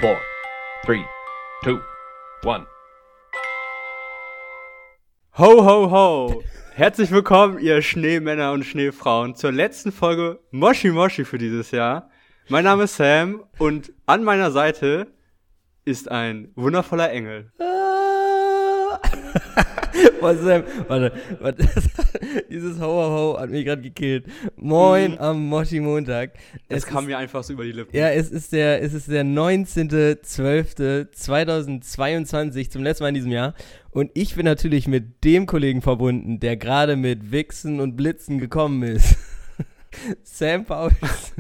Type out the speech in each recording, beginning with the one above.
4, 3, 2, 1. Ho, ho, ho! Herzlich willkommen, ihr Schneemänner und Schneefrauen, zur letzten Folge Moshi Moshi für dieses Jahr. Mein Name ist Sam und an meiner Seite ist ein wundervoller Engel. Boah, Sam, warte, dieses Ho, ho, ho hat mich gerade gekillt. Moin am Moshi-Montag. Es kam mir einfach so über die Lippen. Ja, es ist der 19.12.2022, zum letzten Mal in diesem Jahr. Und ich bin natürlich mit dem Kollegen verbunden, der gerade mit Wichsen und Blitzen gekommen ist. Sam Pauls.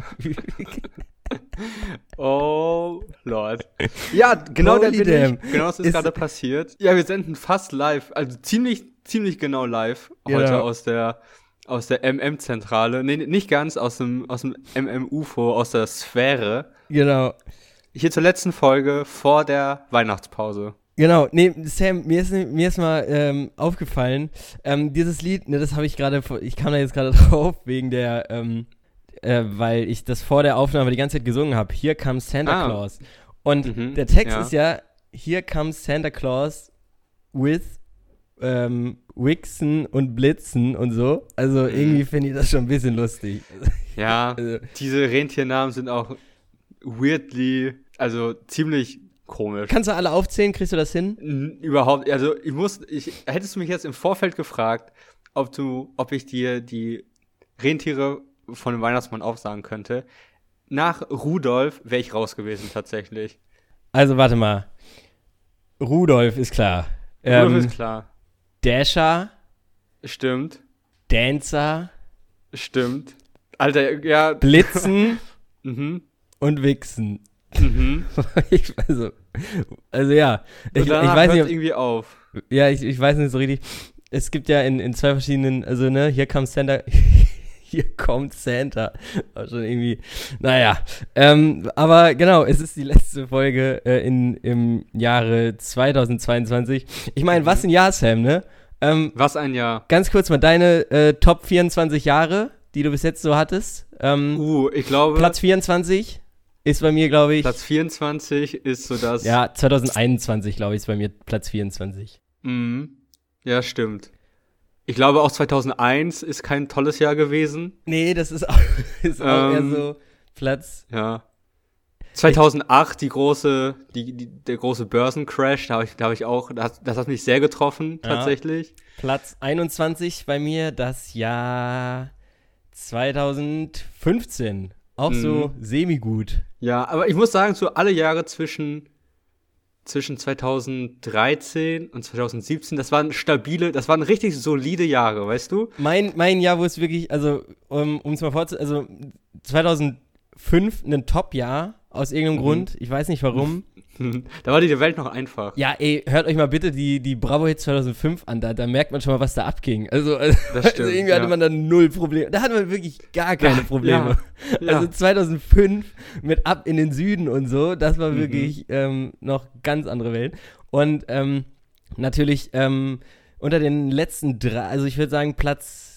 Oh Lord. Ja, genau der bin damn. ich. Genau das ist gerade passiert. Ja, wir senden fast live, also ziemlich genau live heute Genau. aus der MM-Zentrale. Nee, nicht ganz, aus dem MM-UFO, aus der Sphäre. Genau. Hier zur letzten Folge vor der Weihnachtspause. Genau, nee, Sam, mir ist mal aufgefallen, dieses Lied, ne, das habe ich gerade, ich kam da jetzt gerade drauf, wegen der, weil ich das vor der Aufnahme die ganze Zeit gesungen habe, Here Comes Santa Claus. Und der Text ist ja, Here Comes Santa Claus with Wixen und Blitzen und so. Also irgendwie finde ich das schon ein bisschen lustig. Ja, Also, diese Rentiernamen sind auch weirdly, also ziemlich komisch. kannst du alle aufzählen? Kriegst du das hin? Überhaupt, also hättest du mich jetzt im Vorfeld gefragt, ob ich dir die Rentiere von dem Weihnachtsmann aufsagen könnte. Nach Rudolf wäre ich raus gewesen, tatsächlich. Also warte mal. Rudolf ist klar. Rudolf ist klar. Dasher, Stimmt. Dancer, Stimmt. Alter, ja. Blitzen Mhm. und Wichsen. Mhm. Also ja, ich Und danach weiß hört's nicht, irgendwie auf. ja, ich weiß nicht so richtig. Es gibt ja in zwei verschiedenen, also ne, hier kommt Santa, hier kommt Santa. War schon irgendwie, naja. Aber genau, es ist die letzte Folge im Jahre 2022. Ich meine, was ein Jahr, Sam, ne? Was ein Jahr. Ganz kurz mal deine Top 24 Jahre, die du bis jetzt so hattest. Ich glaube, Platz 24 ist bei mir, glaube ich. Platz 24 ist so das. Ja, 2021, glaube ich, ist bei mir Platz 24. Mhm. Ja, stimmt. Ich glaube auch 2001 ist kein tolles Jahr gewesen. Nee, das ist auch eher so Platz. Ja. 2008 der große Börsencrash, das hat mich sehr getroffen, tatsächlich. Platz 21 bei mir das Jahr 2015. Auch so semi-gut. Ja, aber ich muss sagen, so alle Jahre zwischen 2013 und 2017, das waren richtig solide Jahre, weißt du? Mein Jahr, wo es wirklich, also um es mal vorzustellen, also 2005 ein Top-Jahr aus irgendeinem Grund, ich weiß nicht warum. Da war die Welt noch einfach. Ja, ey, hört euch mal bitte die Bravo-Hits 2005 an, da merkt man schon mal, was da abging. Also irgendwie hatte man da null Probleme. Da hatte man wirklich gar keine Probleme. Ja. Also 2005 mit Ab in den Süden und so, das war wirklich noch ganz andere Welt. Und natürlich unter den letzten drei, also ich würde sagen Platz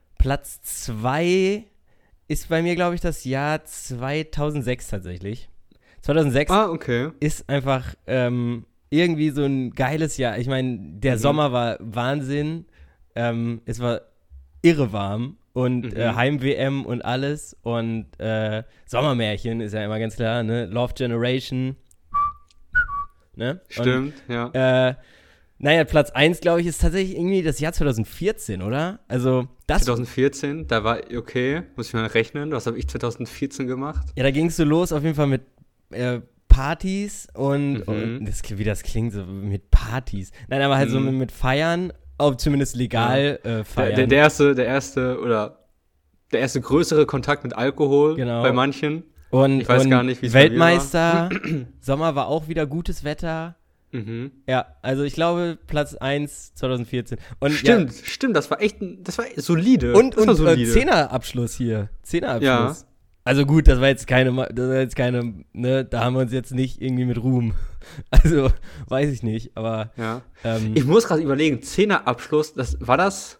2 ist bei mir, glaube ich, das Jahr 2006 tatsächlich. 2006 ist einfach irgendwie so ein geiles Jahr. Ich meine, der Sommer war Wahnsinn. Es war irre warm und Heim-WM und alles. Und Sommermärchen ist ja immer ganz klar, ne? Love Generation. Ne? Stimmt, ja. Naja, Platz 1, glaube ich, ist tatsächlich irgendwie das Jahr 2014, oder? Also das 2014, da war, okay, muss ich mal rechnen, was habe ich 2014 gemacht? Ja, da ging es so los auf jeden Fall mit Partys und wie das klingt, so mit Partys. Nein, aber halt so mit Feiern, auch zumindest legal feiern. Der erste größere Kontakt mit Alkohol bei manchen. Und, ich weiß gar nicht, wie es Weltmeister, Sommer war auch wieder gutes Wetter. Mhm. Ja, also ich glaube Platz 1 2014. Und stimmt, das war solide. Und war solide. Zehnerabschluss hier. Ja. Also gut, das war jetzt keine, ne, da haben wir uns jetzt nicht irgendwie mit Ruhm. Also, weiß ich nicht, aber. Ja. Ich muss gerade überlegen, Zehnerabschluss, war das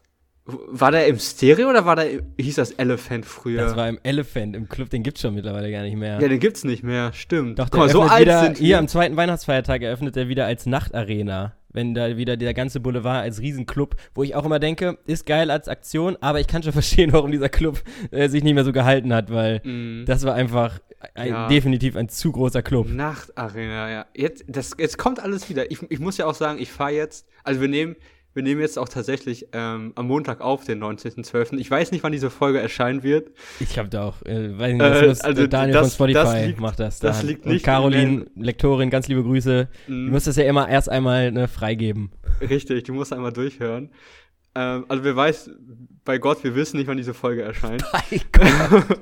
War der im Stereo oder hieß das Elephant früher? Das war im Elephant, im Club, den gibt's schon mittlerweile gar nicht mehr. Ja, den gibt's nicht mehr, stimmt. Doch, der so alt sind wir. Hier am zweiten Weihnachtsfeiertag eröffnet er wieder als Nachtarena. Wenn da wieder der ganze Boulevard als Riesenclub, wo ich auch immer denke, ist geil als Aktion, aber ich kann schon verstehen, warum dieser Club sich nicht mehr so gehalten hat, weil das war einfach definitiv ein zu großer Club. Nachtarena, ja. Jetzt kommt alles wieder. Ich muss ja auch sagen, ich fahre jetzt, also wir nehmen jetzt auch tatsächlich am Montag auf, den 19.12. Ich weiß nicht, wann diese Folge erscheinen wird. Ich glaube da auch. Weiß nicht, das muss Daniel von Spotify macht das. Das liegt nicht. Und Caroline, Lektorin, ganz liebe Grüße. Du musst das ja immer erst einmal freigeben. Richtig, du musst einmal durchhören. Also wer weiß, bei Gott, wir wissen nicht, wann diese Folge erscheint. Bei Gott.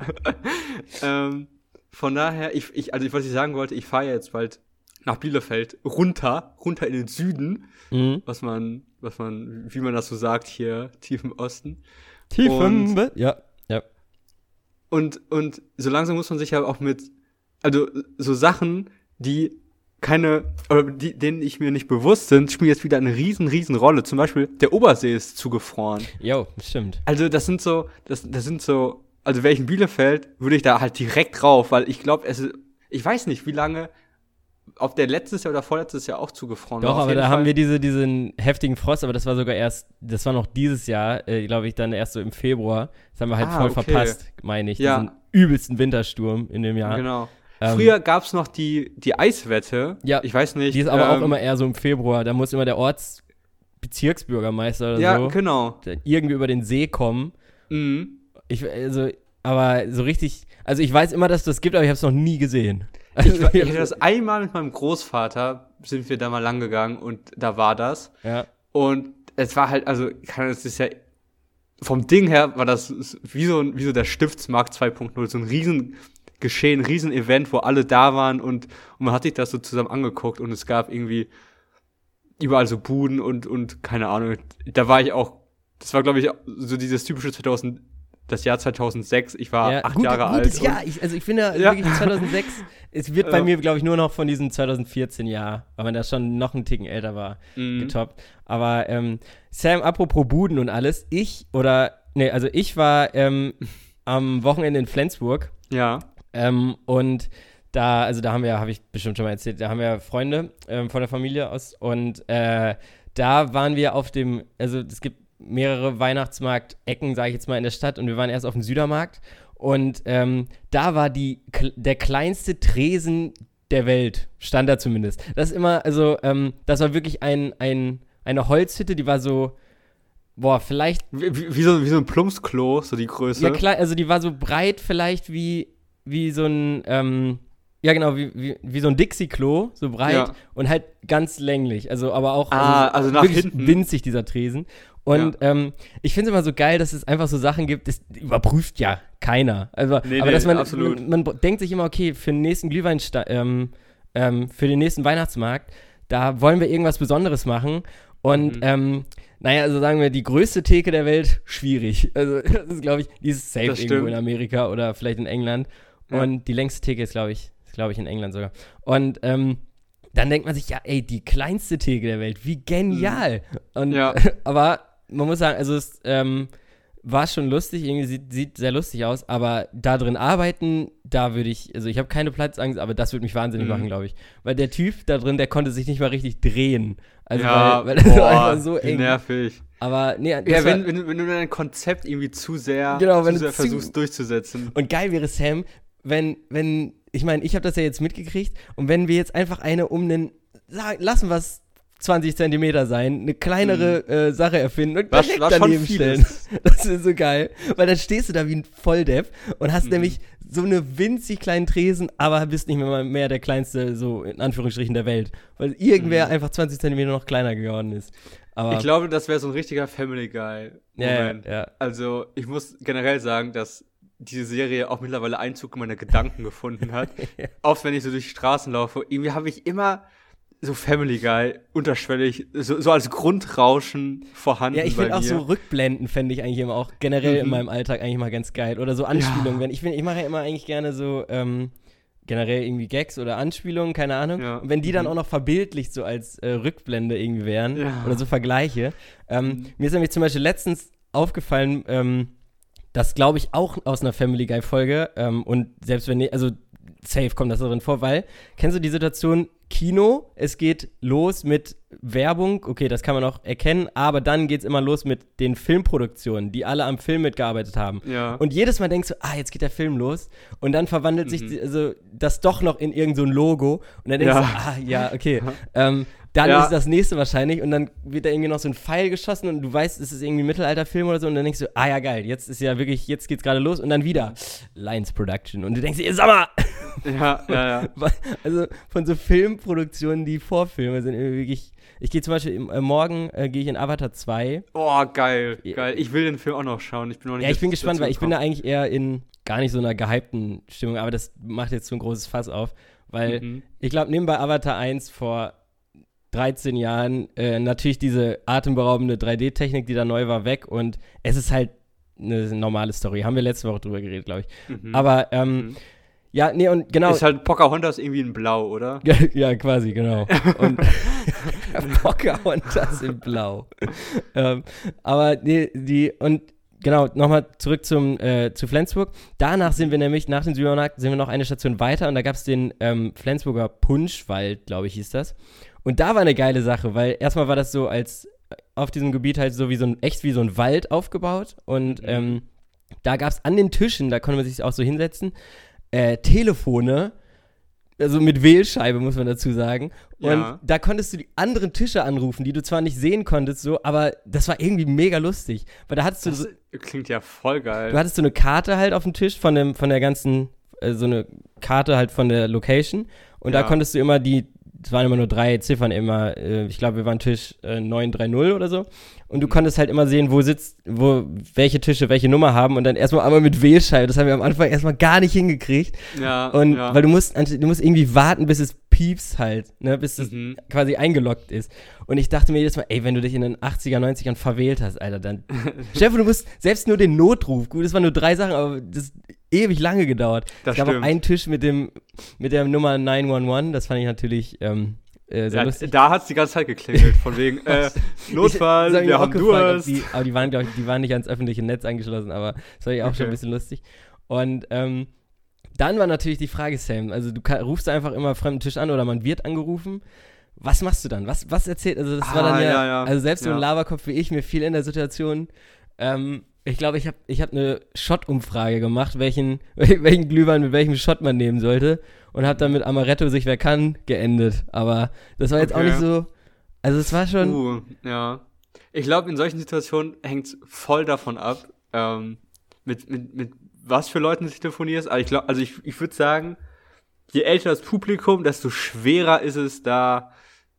Von daher, was ich sagen wollte, ich fahre jetzt bald nach Bielefeld runter in den Süden, was man, wie man das so sagt, hier tief im Osten. Ja. Und so langsam muss man sich ja auch also so Sachen, denen ich mir nicht bewusst sind, spielen jetzt wieder eine riesen Rolle. Zum Beispiel, der Obersee ist zugefroren. Jo, stimmt. Also das sind so, also wäre ich in Bielefeld, würde ich da halt direkt drauf, weil ich glaube, ich weiß nicht, wie lange, ob der letztes Jahr oder vorletztes Jahr auch zugefroren war. Doch, aber da haben wir diesen heftigen Frost, aber das war noch dieses Jahr, glaube ich, dann erst so im Februar. Das haben wir halt voll verpasst, meine ich. Ja. Diesen übelsten Wintersturm in dem Jahr. Genau. Früher gab's noch die Eiswette. Ja. Ich weiß nicht. Die ist aber auch immer eher so im Februar. Da muss immer der Ortsbezirksbürgermeister oder so. Ja, genau. Irgendwie über den See kommen. Mhm. Aber so richtig, also ich weiß immer, dass das gibt, aber ich habe es noch nie gesehen. Ich hatte das einmal mit meinem Großvater, sind wir da mal lang gegangen und da war das. Ja. Und es war halt, also, es ist ja, vom Ding her war das wie so der Stiftsmarkt 2.0, so ein Riesengeschehen, Riesenevent, wo alle da waren und man hat sich das so zusammen angeguckt und es gab irgendwie überall so Buden und keine Ahnung, da war ich auch, das war, glaube ich, so dieses typische das Jahr 2006, ich war 8 Jahre alt. Gutes Jahr. Ich finde wirklich 2006, es wird bei mir, glaube ich, nur noch von diesem 2014-Jahr, weil man da schon noch einen Ticken älter war, getoppt. Aber Sam, apropos Buden und alles, ich war am Wochenende in Flensburg. Ja. Und da habe ich bestimmt schon mal erzählt, da haben wir Freunde von der Familie aus und da waren wir es gibt mehrere Weihnachtsmarkt-Ecken, sage ich jetzt mal, in der Stadt und wir waren erst auf dem Südermarkt und da war der kleinste Tresen der Welt, stand da zumindest. Das ist immer, das war wirklich eine Holzhütte, die war so, vielleicht wie so ein Plumpsklo, so die Größe. Ja, klar, also die war so breit vielleicht wie so ein, wie so ein Dixie-Klo, so breit und halt ganz länglich, aber auch also nach hinten. Winzig, dieser Tresen. Und ich finde es immer so geil, dass es einfach so Sachen gibt, das überprüft ja keiner. Aber dass man denkt sich immer, okay, für den nächsten für den nächsten Weihnachtsmarkt, da wollen wir irgendwas Besonderes machen. Und sagen wir, die größte Theke der Welt, schwierig. Also das ist, glaube ich, die ist safe irgendwo in Amerika oder vielleicht in England. Ja. Und die längste Theke ist, glaube ich, in England sogar. Und dann denkt man sich, ja, ey, die kleinste Theke der Welt, wie genial. Und, aber man muss sagen, also es war schon lustig, irgendwie sieht sehr lustig aus, aber da drin arbeiten, da würde ich habe keine Platzangst, aber das würde mich wahnsinnig machen, glaube ich. Weil der Typ da drin, der konnte sich nicht mal richtig drehen. Also weil das war einfach so eng. Nervig. Aber nee, wenn du dein Konzept irgendwie zu sehr versuchst durchzusetzen. Und geil wäre, Sam, wenn ich meine, ich habe das ja jetzt mitgekriegt und wenn wir jetzt einfach lassen wir es 20 Zentimeter sein, eine kleinere Sache erfinden und direkt daneben stellen. Das ist so geil, weil dann stehst du da wie ein Volldepp und hast nämlich so eine winzig kleinen Tresen, aber bist nicht mehr der kleinste, so in Anführungsstrichen, der Welt, weil irgendwer einfach 20 Zentimeter noch kleiner geworden ist. Aber ich glaube, das wäre so ein richtiger Family Guy-Moment. Ja. Also ich muss generell sagen, dass diese Serie auch mittlerweile Einzug in meine Gedanken gefunden hat. Oft, wenn ich so durch die Straßen laufe, irgendwie habe ich immer so Family Guy unterschwellig, so als Grundrauschen vorhanden. Ja, ich finde auch so Rückblenden fände ich eigentlich immer auch generell in meinem Alltag eigentlich mal ganz geil. Oder so Anspielungen. Ich mache ja immer eigentlich gerne so generell irgendwie Gags oder Anspielungen, keine Ahnung. Ja. Und wenn die dann auch noch verbildlicht so als Rückblende irgendwie wären oder so Vergleiche. Mir ist nämlich zum Beispiel letztens aufgefallen, das glaube ich auch aus einer Family Guy Folge und selbst wenn nicht, also safe kommt das darin vor, weil, kennst du die Situation, Kino, es geht los mit Werbung, okay, das kann man auch erkennen, aber dann geht es immer los mit den Filmproduktionen, die alle am Film mitgearbeitet haben. Ja. Und jedes Mal denkst du, jetzt geht der Film los und dann verwandelt sich das doch noch in irgend so ein Logo und dann denkst du, okay, dann ist das nächste wahrscheinlich und dann wird da irgendwie noch so ein Pfeil geschossen und du weißt, es ist irgendwie ein Mittelalterfilm oder so und dann denkst du, ja geil, jetzt ist ja wirklich, jetzt geht's gerade los und dann wieder Lions Production und du denkst dir, sag mal! Ja. Also von so Filmproduktionen, die Vorfilme sind irgendwie wirklich, ich gehe zum Beispiel, morgen gehe ich in Avatar 2. Oh, geil. Ich will den Film auch noch schauen, ich bin gespannt, weil ich bin da eigentlich eher in gar nicht so einer gehypten Stimmung, aber das macht jetzt so ein großes Fass auf, weil ich glaube, neben bei Avatar 1 vor 13 Jahren natürlich diese atemberaubende 3D-Technik, die da neu war, weg und es ist halt eine normale Story. Haben wir letzte Woche drüber geredet, glaube ich. Aber, ja, nee, und genau. Ist halt Pocahontas irgendwie in Blau, oder? Ja, quasi, genau. Und Pocahontas in Blau. Aber nee, und genau, nochmal zurück zu Flensburg. Danach sind wir nämlich, nach dem Supermarkt, sind wir noch eine Station weiter und da gab es den Flensburger Punschwald, glaube ich, hieß das. Und da war eine geile Sache, weil erstmal war das so als auf diesem Gebiet halt so wie so ein Wald aufgebaut und da gab es an den Tischen, da konnte man sich auch so hinsetzen, Telefone, also mit Wählscheibe, muss man dazu sagen. Und da konntest du die anderen Tische anrufen, die du zwar nicht sehen konntest, so, aber das war irgendwie mega lustig. Weil da hattest du das klingt ja voll geil. Du hattest so eine Karte halt auf dem Tisch von der ganzen, so eine Karte halt von der Location. Und da konntest du immer es waren immer nur 3 Ziffern immer, ich glaube, wir waren Tisch 930 oder so. Und du konntest halt immer sehen, welche Tische welche Nummer haben und dann erstmal einmal mit Wählscheibe. Das haben wir am Anfang erstmal gar nicht hingekriegt. Weil du musst irgendwie warten, bis es piepst halt, ne, bis es quasi eingeloggt ist. Und ich dachte mir jedes Mal, wenn du dich in den 80er, 90ern verwählt hast, Alter, dann Stefan, du musst selbst nur den Notruf, gut, das waren nur 3 Sachen, aber das ewig lange gedauert. Es gab auch einen Tisch mit der Nummer 911, das fand ich natürlich sehr lustig. Da hat es die ganze Zeit geklingelt, von wegen Notfall, wir haben Durst. Aber die waren nicht ans öffentliche Netz angeschlossen, aber das war ja auch schon ein bisschen lustig. Und dann war natürlich die Frage, Sam, also du rufst einfach immer fremden Tisch an oder man wird angerufen. Was machst du dann? Was erzählt? Also das war dann also selbst so ein Laberkopf wie ich, mir fiel in der Situation, ich glaube, ich hab eine Shot-Umfrage gemacht, welchen Glühwein mit welchem Shot man nehmen sollte und habe dann mit Amaretto sich wer kann geendet. Aber das war jetzt auch nicht so, also es war schon... Ich glaube, in solchen Situationen hängt es voll davon ab, mit was für Leuten du telefonierst. Aber ich würde sagen, je älter das Publikum, desto schwerer ist es da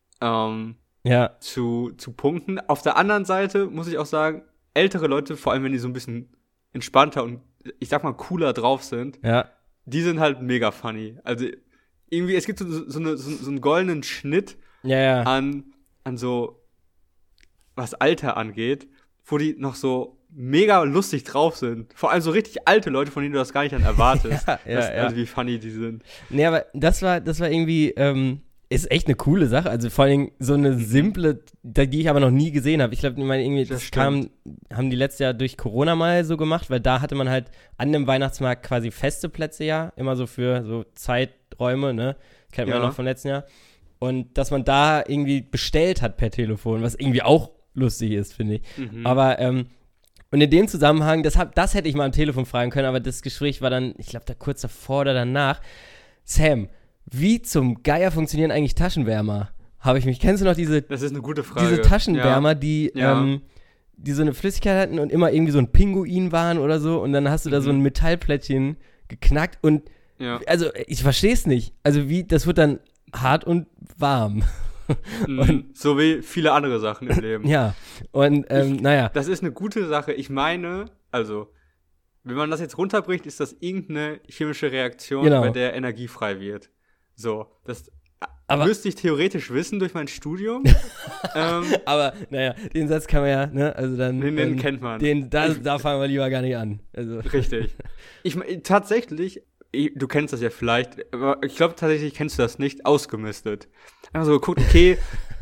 zu punkten. Auf der anderen Seite muss ich auch sagen, ältere Leute, vor allem wenn die so ein bisschen entspannter und ich sag mal cooler drauf sind, die sind halt mega funny. Also irgendwie, es gibt so einen goldenen Schnitt an so, was Alter angeht, wo die noch so mega lustig drauf sind. Vor allem so richtig alte Leute, von denen du das gar nicht dann erwartest. Also wie funny die sind. Nee, aber das war irgendwie, ist echt eine coole Sache. Also vor allem so eine simple, die ich aber noch nie gesehen habe. Ich glaube, irgendwie, haben die letztes Jahr durch Corona mal so gemacht, weil da hatte man halt an dem Weihnachtsmarkt quasi feste Plätze immer so für so Zeiträume, ne? Kennt man ja noch vom letzten Jahr. Und dass man da irgendwie bestellt hat per Telefon, was irgendwie auch lustig ist, finde ich. Aber, und in dem Zusammenhang, das hätte ich mal am Telefon fragen können, aber das Gespräch war dann, ich glaube, da kurz davor oder danach. Sam, wie zum Geier funktionieren eigentlich Taschenwärmer? Kennst du noch diese... Das ist eine gute Frage. Diese Taschenwärmer, die so eine Flüssigkeit hatten und immer irgendwie so ein Pinguin waren oder so und dann hast du da so ein Metallplättchen geknackt und also ich verstehe es nicht. Also das wird dann hart und warm. Und so wie viele andere Sachen im Leben. Ja, und Das ist eine gute Sache. Ich meine, also, wenn man das jetzt runterbricht, ist das irgendeine chemische Reaktion, bei der Energie frei wird. So, das müsste ich theoretisch wissen durch mein Studium. Aber, den Satz kann man ja, ne, also dann... Den kennt man. Da fangen wir lieber gar nicht an. Also. Richtig. Tatsächlich, du kennst das ja vielleicht, aber ich glaube tatsächlich kennst du das nicht, ausgemistet. Einfach so geguckt, okay,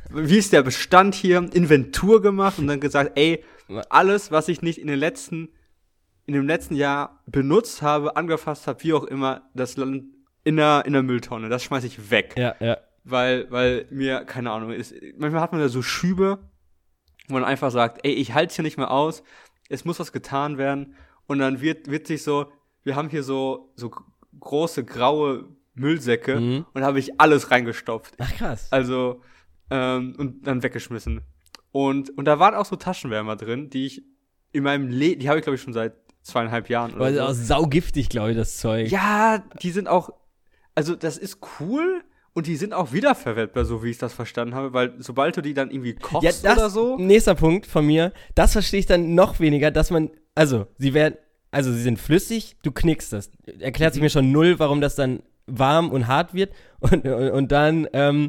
wie ist der Bestand hier, Inventur gemacht und dann gesagt, ey, alles, was ich nicht in dem letzten Jahr benutzt habe, angefasst habe, wie auch immer, das landet in der Mülltonne. Das schmeiße ich weg. Ja. Weil mir, keine Ahnung, manchmal hat man da so Schübe, wo man einfach sagt, ey, ich halte es hier nicht mehr aus, es muss was getan werden. Und dann wird sich so, wir haben hier so große graue Müllsäcke und da habe ich alles reingestopft. Ach, krass. Also, und dann weggeschmissen. Und da waren auch so Taschenwärmer drin, die ich in meinem Leben, die habe ich glaube ich schon seit 2,5 Jahren oder so. Auch saugiftig, glaube ich, das Zeug. Ja, die sind auch, also das ist cool und die sind auch wiederverwertbar, so wie ich das verstanden habe, weil sobald du die dann irgendwie kochst oder so. Nächster Punkt von mir, das verstehe ich dann noch weniger, dass man, sie sind flüssig, du knickst das. Erklärt sich mir schon null, warum das dann warm und hart wird und dann,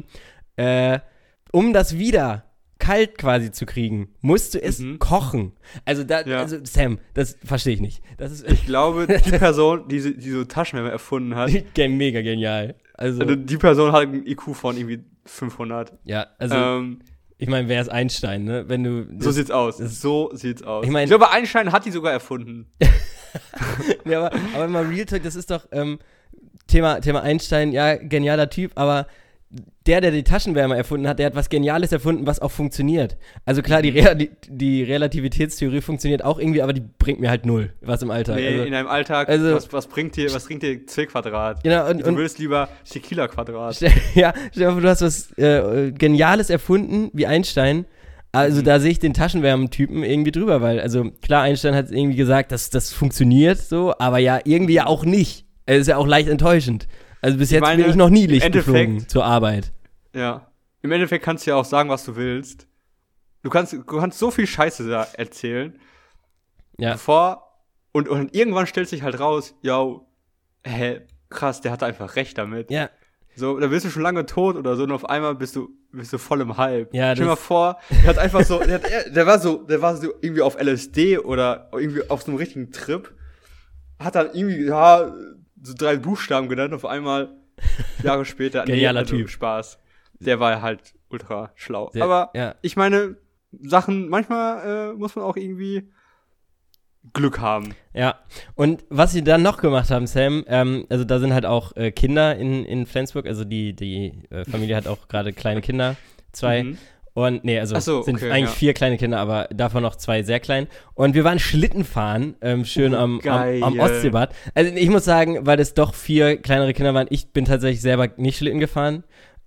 um das wieder kalt quasi zu kriegen, musst du es kochen. Also Sam, das verstehe ich nicht. Ich glaube, die Person, die so Taschenwärmer erfunden hat, mega genial. Also die Person hat einen IQ von irgendwie 500. Ja, also ich meine, wer ist Einstein, ne? Wenn du so sieht's aus. Ich mein, glaube, Einstein hat die sogar erfunden. Ja, aber mal Real Talk, das ist doch Thema Einstein, ja, genialer Typ, aber der die Taschenwärmer erfunden hat, der hat was Geniales erfunden, was auch funktioniert. Also klar, die Relativitätstheorie funktioniert auch irgendwie, aber die bringt mir halt null, was im Alltag. Nee, also, in einem Alltag, was bringt dir C-Quadrat? Genau, du willst lieber Tequila-Quadrat. Ja, stell dir vor, du hast was Geniales erfunden, wie Einstein. Also da sehe ich den Taschenwärmen-Typen irgendwie drüber, weil, also klar, Einstein hat irgendwie gesagt, dass das funktioniert so, aber ja, irgendwie ja auch nicht. Es ist ja auch leicht enttäuschend. Also bis jetzt bin ich noch nie Licht geflogen zur Arbeit. Ja. Im Endeffekt kannst du ja auch sagen, was du willst. Du kannst so viel Scheiße da erzählen. Ja. Und irgendwann stellt sich halt raus, krass, der hatte einfach recht damit. Ja. So, da bist du schon lange tot oder so und auf einmal bist du voll im Hype. Ja, stell dir mal vor, der hat einfach so, der war so irgendwie auf LSD oder irgendwie auf so einem richtigen Trip. Hat dann irgendwie, so 3 Buchstaben genannt, auf einmal Jahre später. Genialer Typ. Spaß. Der war halt ultra schlau. Aber ich meine, Sachen, manchmal muss man auch irgendwie Glück haben. Ja, und was sie dann noch gemacht haben, Sam, also da sind halt auch Kinder in Flensburg, also die Familie hat auch gerade kleine Kinder, 2. Und sind eigentlich 4 kleine Kinder, aber davon noch 2 sehr klein. Und wir waren Schlitten fahren, schön am Ostseebad. Also ich muss sagen, weil es doch 4 kleinere Kinder waren, ich bin tatsächlich selber nicht Schlitten gefahren,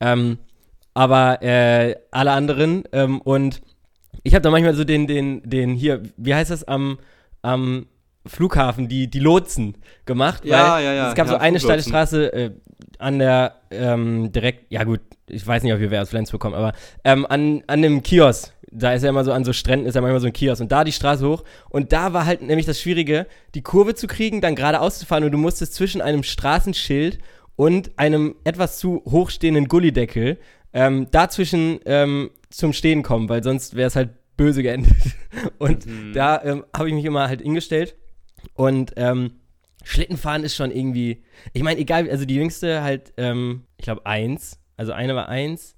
aber alle anderen. Und ich habe da manchmal so den hier, wie heißt das, am Flughafen, die Lotsen gemacht. Ja. Es gab so eine steile Straße an der direkt, ja gut, ich weiß nicht, ob wer aus Flensburg kommt, aber an einem Kiosk, da ist ja immer so, an so Stränden ist ja manchmal so ein Kiosk und da die Straße hoch und da war halt nämlich das Schwierige, die Kurve zu kriegen, dann geradeaus zu fahren und du musstest zwischen einem Straßenschild und einem etwas zu hochstehenden Gullideckel dazwischen zum Stehen kommen, weil sonst wäre es halt böse geendet. Und da habe ich mich immer halt hingestellt und Schlittenfahren ist schon irgendwie, ich meine, egal, also die Jüngste halt, ich glaube 1, also eine war 1,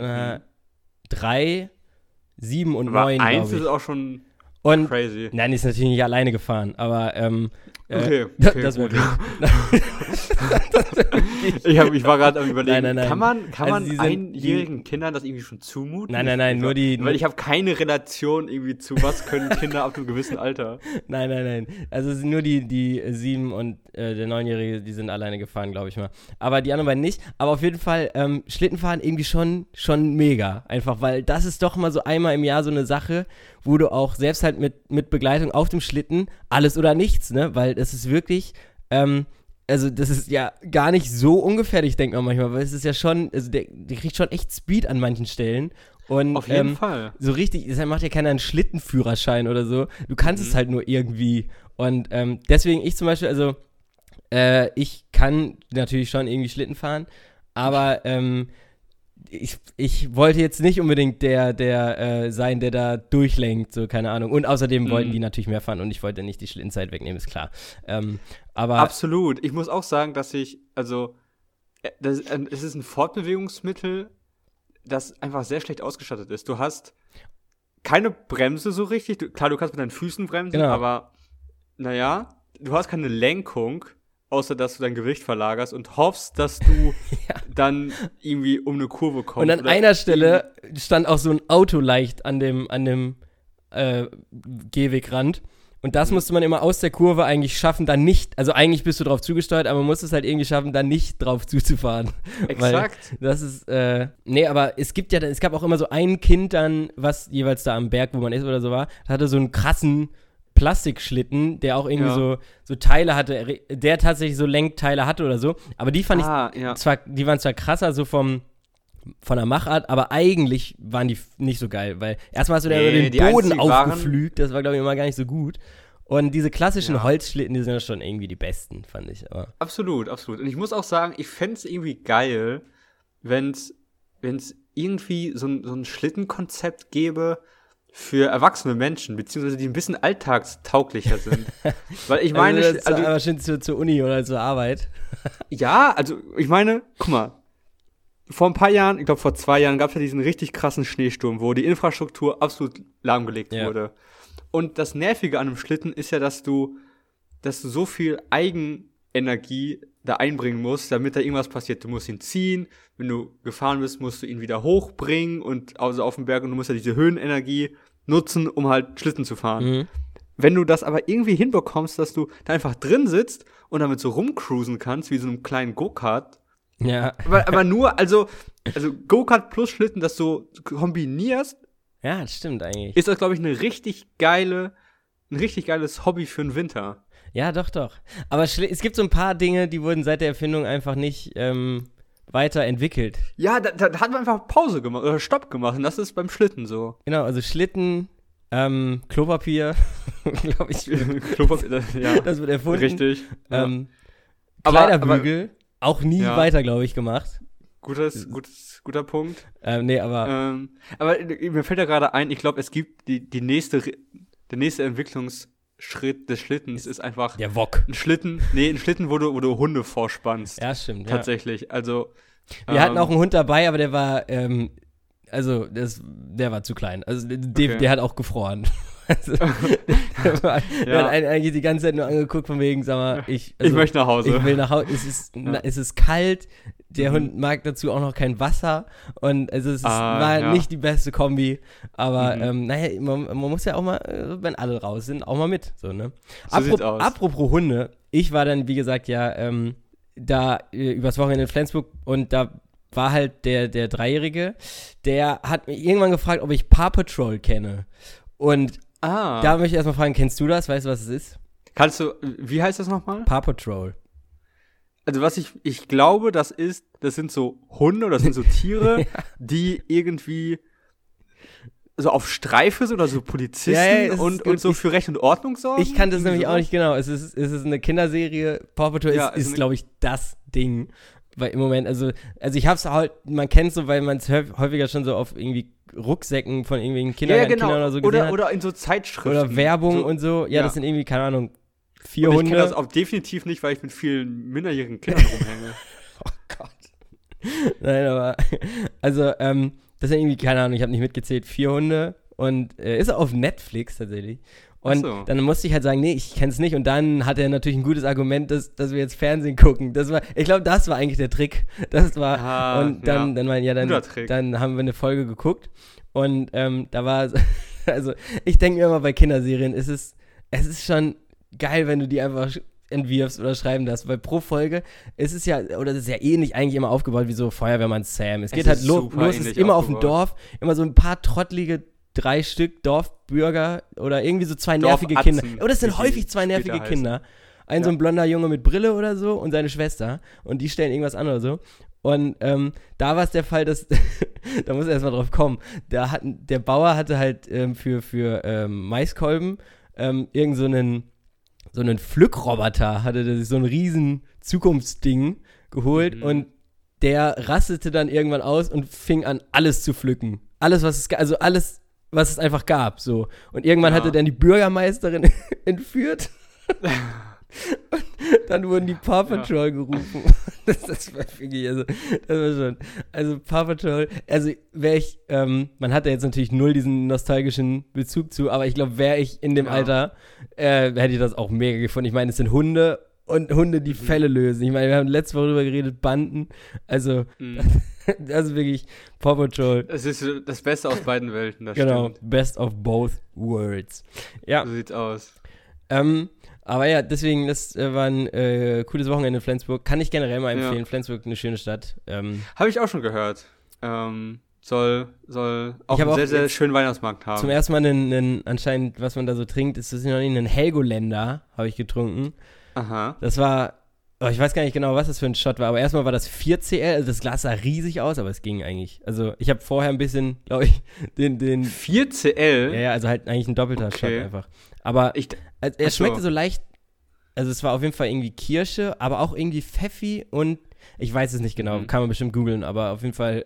3, 7 und 9, glaube ich. 1 ist auch schon crazy. Nein, die ist natürlich nicht alleine gefahren, aber okay, das wäre ich war gerade am Überlegen, nein. kann man einjährigen Kindern das irgendwie schon zumuten? Nein, nur die... Weil ich habe keine Relation irgendwie zu, was können Kinder ab einem gewissen Alter. Nein. Also nur die 7 und der 9-Jährige, die sind alleine gefahren, glaube ich mal. Aber die anderen beiden nicht. Aber auf jeden Fall Schlittenfahren irgendwie schon mega. Einfach, weil das ist doch mal so einmal im Jahr so eine Sache, wo du auch selbst halt mit Begleitung auf dem Schlitten alles oder nichts, ne? Weil das ist wirklich... also das ist ja gar nicht so ungefährlich, denkt man manchmal, weil es ist ja schon, also der kriegt schon echt Speed an manchen Stellen. Und, auf jeden Fall. So richtig, deshalb macht ja keiner einen Schlittenführerschein oder so. Du kannst es halt nur irgendwie. Und deswegen ich zum Beispiel, also ich kann natürlich schon irgendwie Schlitten fahren, aber ich wollte jetzt nicht unbedingt der sein, der da durchlenkt, so, keine Ahnung. Und außerdem wollten die natürlich mehr fahren und ich wollte nicht die Schlittenzeit wegnehmen, ist klar. Aber absolut. Ich muss auch sagen, dass es ist ein Fortbewegungsmittel, das einfach sehr schlecht ausgestattet ist. Du hast keine Bremse so richtig. Klar, du kannst mit deinen Füßen bremsen, Genau. aber naja, du hast keine Lenkung, außer dass du dein Gewicht verlagerst und hoffst, dass du dann irgendwie um eine Kurve kommst. Und an einer Stelle stand auch so ein Auto leicht an dem Gehwegrand. Und das musste man immer aus der Kurve eigentlich schaffen, dann nicht, also eigentlich bist du drauf zugesteuert, aber man muss es halt irgendwie schaffen, dann nicht drauf zuzufahren. Exakt. Weil das ist, nee, aber es gab auch immer so ein Kind dann, was jeweils da am Berg, wo man ist oder so war, hatte so einen krassen Plastikschlitten, der auch irgendwie so Teile hatte, der tatsächlich so Lenkteile hatte oder so, aber die fand die waren zwar krasser so von der Machart, aber eigentlich waren die nicht so geil, weil erstmal hast du da über den Boden aufgeflügt, das war, glaube ich, immer gar nicht so gut. Und diese klassischen Holzschlitten, die sind ja schon irgendwie die besten, fand ich. Aber. Absolut. Und ich muss auch sagen, ich fände es irgendwie geil, wenn es irgendwie so ein Schlittenkonzept gäbe für erwachsene Menschen, beziehungsweise die ein bisschen alltagstauglicher sind. Weil ich meine... aber schön zur Uni oder zur Arbeit. Ja, also ich meine, guck mal, vor ein paar Jahren, ich glaube vor 2 Jahren, gab es ja diesen richtig krassen Schneesturm, wo die Infrastruktur absolut lahmgelegt wurde. Und das Nervige an einem Schlitten ist ja, dass du so viel Eigenenergie da einbringen musst, damit da irgendwas passiert. Du musst ihn ziehen, wenn du gefahren bist, musst du ihn wieder hochbringen und also auf den Berg und du musst ja diese Höhenenergie nutzen, um halt Schlitten zu fahren. Mhm. Wenn du das aber irgendwie hinbekommst, dass du da einfach drin sitzt und damit so rumcruisen kannst, wie so einem kleinen Go-Kart, ja. Aber nur, also Go-Kart plus Schlitten, das so kombinierst. Ja, das stimmt eigentlich. Ist das, glaube ich, ein richtig geiles Hobby für den Winter. Ja, doch. Aber es gibt so ein paar Dinge, die wurden seit der Erfindung einfach nicht weiterentwickelt. Ja, da hat man einfach Pause gemacht oder Stopp gemacht und das ist beim Schlitten so. Genau, also Schlitten, Klopapier, glaube ich. Klopapier, ja. Das wird erfunden. Richtig. Ja. Kleiderbügel. Auch nie weiter, glaube ich, gemacht. Guter Punkt. Nee, aber mir fällt ja gerade ein, ich glaube, es gibt der nächste Entwicklungsschritt des Schlittens ist einfach der Wok. Ein Schlitten, wo du Hunde vorspannst. Ja, stimmt. Tatsächlich. Ja. Also wir hatten auch einen Hund dabei, aber der war der war zu klein. Also der hat auch gefroren. Also, der hat einen eigentlich die ganze Zeit nur angeguckt von wegen, sag mal, ich möchte nach Hause. Ich will nach Hause. Es ist kalt, der Hund mag dazu auch noch kein Wasser und es war nicht die beste Kombi, aber naja, man muss ja auch mal, wenn alle raus sind, auch mal mit. So, ne? Apropos Hunde, ich war dann, wie gesagt, da übers Wochenende in Flensburg und da war halt der 3-Jährige, der hat mich irgendwann gefragt, ob ich Paw Patrol kenne. Und da möchte ich erstmal fragen, kennst du das? Weißt du, was es ist? Wie heißt das nochmal? Paw Patrol. Also was ich glaube, das sind so Hunde oder das sind so Tiere, die irgendwie so auf Streife sind oder so Polizisten und so für Recht und Ordnung sorgen. Ich kannte es nämlich auch nicht genau. Es ist eine Kinderserie. Paw Patrol ist glaube ich, das Ding. Weil im Moment, also ich hab's halt, man kennt so, weil man es häufiger schon so auf irgendwie Rucksäcken von irgendwelchen Kindern oder so gesehen hat. Oder in so Zeitschriften. Oder Werbung und so. Ja, das sind irgendwie, keine Ahnung, 4 Hunde. Ich kenne das auch definitiv nicht, weil ich mit vielen minderjährigen Kindern rumhänge. Oh Gott. Nein, aber, also, das sind irgendwie, keine Ahnung, ich habe nicht mitgezählt, 4 Hunde und ist auf Netflix tatsächlich. Und dann musste ich halt sagen, nee, ich kenn's nicht. Und dann hat er natürlich ein gutes Argument, dass wir jetzt Fernsehen gucken. Ich glaube, das war eigentlich der Trick. Das war, und dann haben wir eine Folge geguckt. Und da war, also ich denke mir immer bei Kinderserien, es ist schon geil, wenn du die einfach entwirfst oder schreiben lässt, weil pro Folge ist es ja, oder das ist ja ähnlich eigentlich immer aufgebaut wie so Feuerwehrmann Sam. Es geht halt los, es ist immer auf dem Dorf, immer so ein paar trottlige 3 Stück Dorfbürger oder irgendwie so 2 nervige Kinder. Oder es sind häufig 2 nervige Kinder. So ein blonder Junge mit Brille oder so und seine Schwester. Und die stellen irgendwas an oder so. Und da war es der Fall, dass, da muss er erstmal drauf kommen, der Bauer hatte halt für Maiskolben irgend so einen Pflückroboter, hatte der sich so ein riesen Zukunftsding geholt und der rastete dann irgendwann aus und fing an, alles zu pflücken. Alles, was es einfach gab, so. Und irgendwann hatte dann die Bürgermeisterin entführt. Dann wurden die Paw Patrol gerufen. Das war wirklich, das war schon, Paw Patrol, man hat ja jetzt natürlich null diesen nostalgischen Bezug zu, aber ich glaube, wäre ich in dem Alter, hätte ich das auch mega gefunden. Ich meine, es sind Hunde und Hunde, die Fälle lösen. Ich meine, wir haben letzte Woche darüber geredet, Banden, also wirklich Paw Patrol. Es ist das Beste aus beiden Welten, das stimmt. Genau, best of both worlds. Ja. So sieht's aus. Aber ja, deswegen, das war ein cooles Wochenende in Flensburg. Kann ich generell mal empfehlen. Ja. Flensburg, eine schöne Stadt. Habe ich auch schon gehört. Soll auch einen sehr, sehr schönen Weihnachtsmarkt haben. Zum ersten Mal einen anscheinend, was man da so trinkt, ist das noch nicht ein Helgoländer, habe ich getrunken. Aha. Das war, ich weiß gar nicht genau, was das für ein Shot war, aber erstmal war das 4CL, also das Glas sah riesig aus, aber es ging eigentlich. Also ich habe vorher ein bisschen, glaube ich, den 4CL? Ja, also halt eigentlich ein doppelter Shot einfach. Aber er schmeckte so leicht, also es war auf jeden Fall irgendwie Kirsche, aber auch irgendwie Pfeffi und ich weiß es nicht genau, kann man bestimmt googeln, aber auf jeden Fall,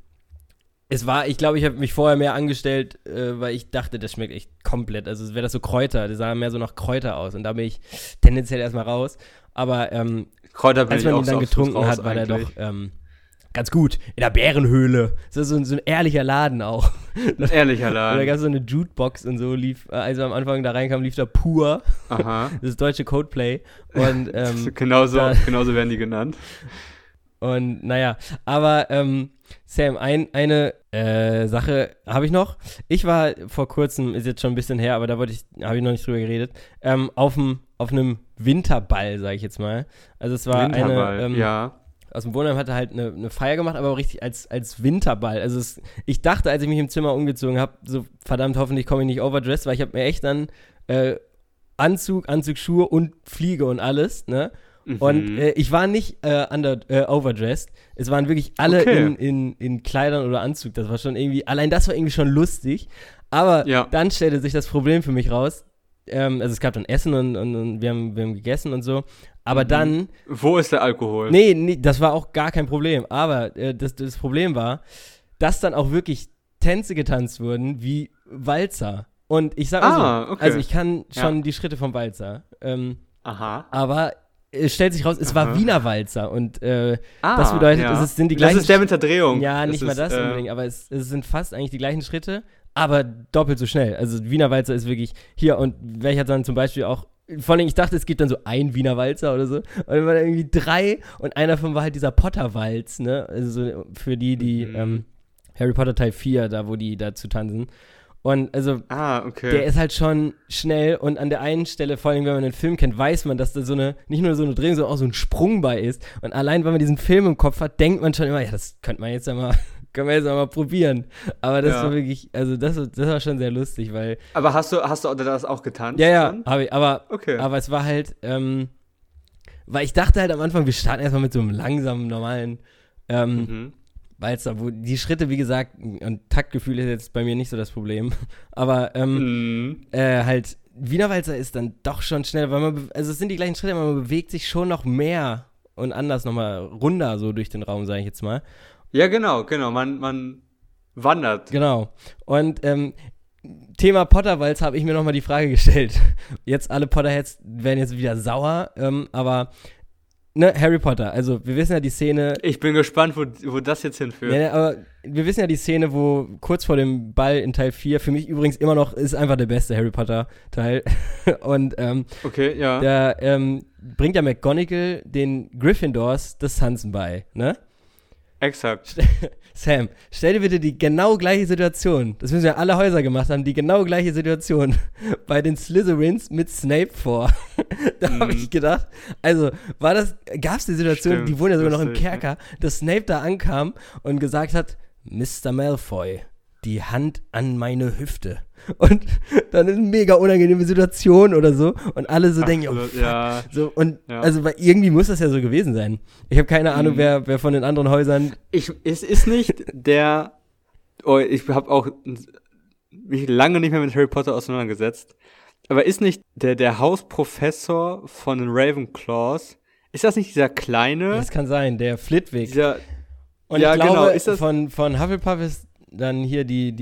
ich glaube, ich habe mich vorher mehr angestellt, weil ich dachte, das schmeckt echt komplett, also es wäre das so Kräuter, das sah mehr so nach Kräuter aus und da bin ich tendenziell erstmal raus, aber Kräuter als man ihn dann getrunken hat, war der doch ganz gut. In der Bärenhöhle. Das ist so ein ehrlicher Laden auch. Ein ehrlicher Laden. Da gab es so eine Jukebox und so lief, als er am Anfang da reinkam, lief da Pur. Aha. Das deutsche Codeplay. Und, genauso werden die genannt. Und naja, aber Sam, eine Sache habe ich noch. Ich war vor kurzem, ist jetzt schon ein bisschen her, aber da habe ich noch nicht drüber geredet, auf einem Winterball, sage ich jetzt mal. Also es war ja. Aus dem Wohnheim hatte halt eine Feier gemacht, aber auch richtig als Winterball. Also ich dachte, als ich mich im Zimmer umgezogen habe, so verdammt, hoffentlich komme ich nicht overdressed, weil ich habe mir echt dann Anzug, Schuhe und Fliege und alles, ne? Und ich war nicht overdressed. Es waren wirklich alle in Kleidern oder Anzug. Das war schon irgendwie, allein das war irgendwie schon lustig. Aber dann stellte sich das Problem für mich raus. Also es gab dann Essen und wir haben gegessen und so. Aber dann... Wo ist der Alkohol? Nee, das war auch gar kein Problem. Aber das Problem war, dass dann auch wirklich Tänze getanzt wurden wie Walzer. Und ich sag mal so, also ich kann schon die Schritte vom Walzer. Aber es stellt sich raus, es war Wiener Walzer. Und das bedeutet, es sind die gleichen... Das ist der mit der Drehung. Ja, nicht mal das unbedingt, aber es sind fast eigentlich die gleichen Schritte, aber doppelt so schnell. Also Wiener Walzer ist wirklich hier und welcher dann zum Beispiel auch, vor allem ich dachte, es gibt dann so ein Wiener Walzer oder so und dann waren irgendwie 3 und einer davon war halt dieser Potter-Walz, ne, also so für die Harry Potter Teil 4, da wo die dazu tanzen und also der ist halt schon schnell und an der einen Stelle, vor allem wenn man den Film kennt, weiß man, dass da so eine, nicht nur so eine Drehung, sondern auch so ein Sprung bei ist und allein, wenn man diesen Film im Kopf hat, denkt man schon immer, ja, das könnte man jetzt ja mal können wir jetzt mal probieren. Aber das war wirklich, also das war schon sehr lustig, weil... Aber hast du das auch getanzt? Ja, habe ich, aber es war halt, weil ich dachte halt am Anfang, wir starten erstmal mit so einem langsamen, normalen Walzer, wo die Schritte, wie gesagt, und Taktgefühl ist jetzt bei mir nicht so das Problem, aber halt, Wiener Walzer ist dann doch schon schnell, weil also es sind die gleichen Schritte, aber man bewegt sich schon noch mehr und anders nochmal runder so durch den Raum, sage ich jetzt mal. Ja, genau, man wandert. Genau. Und Thema Potterwalz habe ich mir nochmal die Frage gestellt. Jetzt alle Potterheads werden jetzt wieder sauer, aber ne, Harry Potter, also wir wissen ja die Szene... Ich bin gespannt, wo das jetzt hinführt. Ja, aber wir wissen ja die Szene, wo kurz vor dem Ball in Teil 4, für mich übrigens immer noch, ist einfach der beste Harry Potter Teil. Und da bringt ja McGonagall den Gryffindors das Tanzen bei, ne? Exakt. Sam, stell dir bitte die genau gleiche Situation, das müssen ja alle Häuser gemacht haben, die genau gleiche Situation bei den Slytherins mit Snape vor. Da habe ich gedacht, also gab es die Situation, die wohnen ja sogar noch im Kerker, dass Snape da ankam und gesagt hat, Mr. Malfoy, die Hand an meine Hüfte. Und dann ist eine mega unangenehme Situation oder so und alle so denken, oh fuck. Ja. So, und also weil irgendwie muss das ja so gewesen sein. Ich habe keine Ahnung, wer von den anderen Häusern... Es ist nicht der... ich habe auch mich lange nicht mehr mit Harry Potter auseinandergesetzt, aber ist nicht der Hausprofessor von den Ravenclaws, ist das nicht dieser kleine... Das kann sein, der Flitwick. Und ich glaube, ist das von Hufflepuff ist dann hier die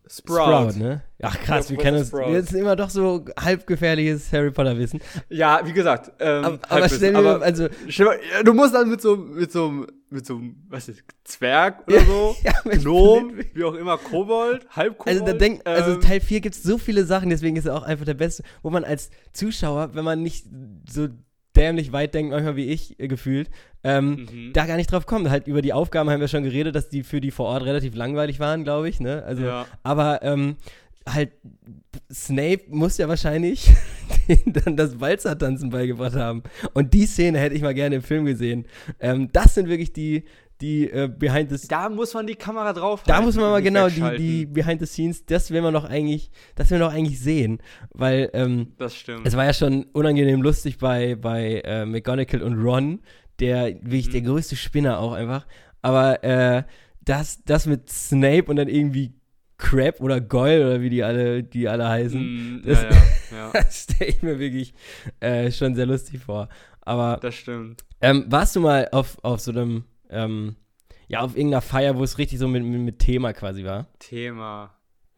Sprout, ne? Ach krass, wir kennen uns jetzt immer doch so halbgefährliches Harry Potter Wissen. Ja, wie gesagt, aber stell dir, also du musst dann mit so einem, was ist, Zwerg oder so, ja, Gnom, wie auch immer, Kobold, Halbkobold. Also Teil 4 gibt es so viele Sachen, deswegen ist er auch einfach der Beste, wo man als Zuschauer, wenn man nicht so dämlich weit denkt, manchmal wie ich gefühlt, da gar nicht drauf kommt. Halt über die Aufgaben haben wir schon geredet, dass die für die vor Ort relativ langweilig waren, glaube ich, ne? Also, ja. Aber halt Snape muss ja wahrscheinlich dann das Walzertanzen beigebracht haben. Und die Szene hätte ich mal gerne im Film gesehen. Das sind wirklich die Behind the Scenes. Da muss man die Kamera drauf halten. Da muss man mal genau die Behind the Scenes, das will man doch eigentlich sehen. Weil das stimmt. Es war ja schon unangenehm lustig bei McGonagall und Ron, der wirklich der größte Spinner auch einfach. Aber das mit Snape und dann irgendwie Crab oder Goyle oder wie die alle heißen, das stelle ich mir wirklich schon sehr lustig vor. Aber das stimmt. Warst du mal auf so einem auf irgendeiner Feier, wo es richtig so mit Thema quasi war? Thema.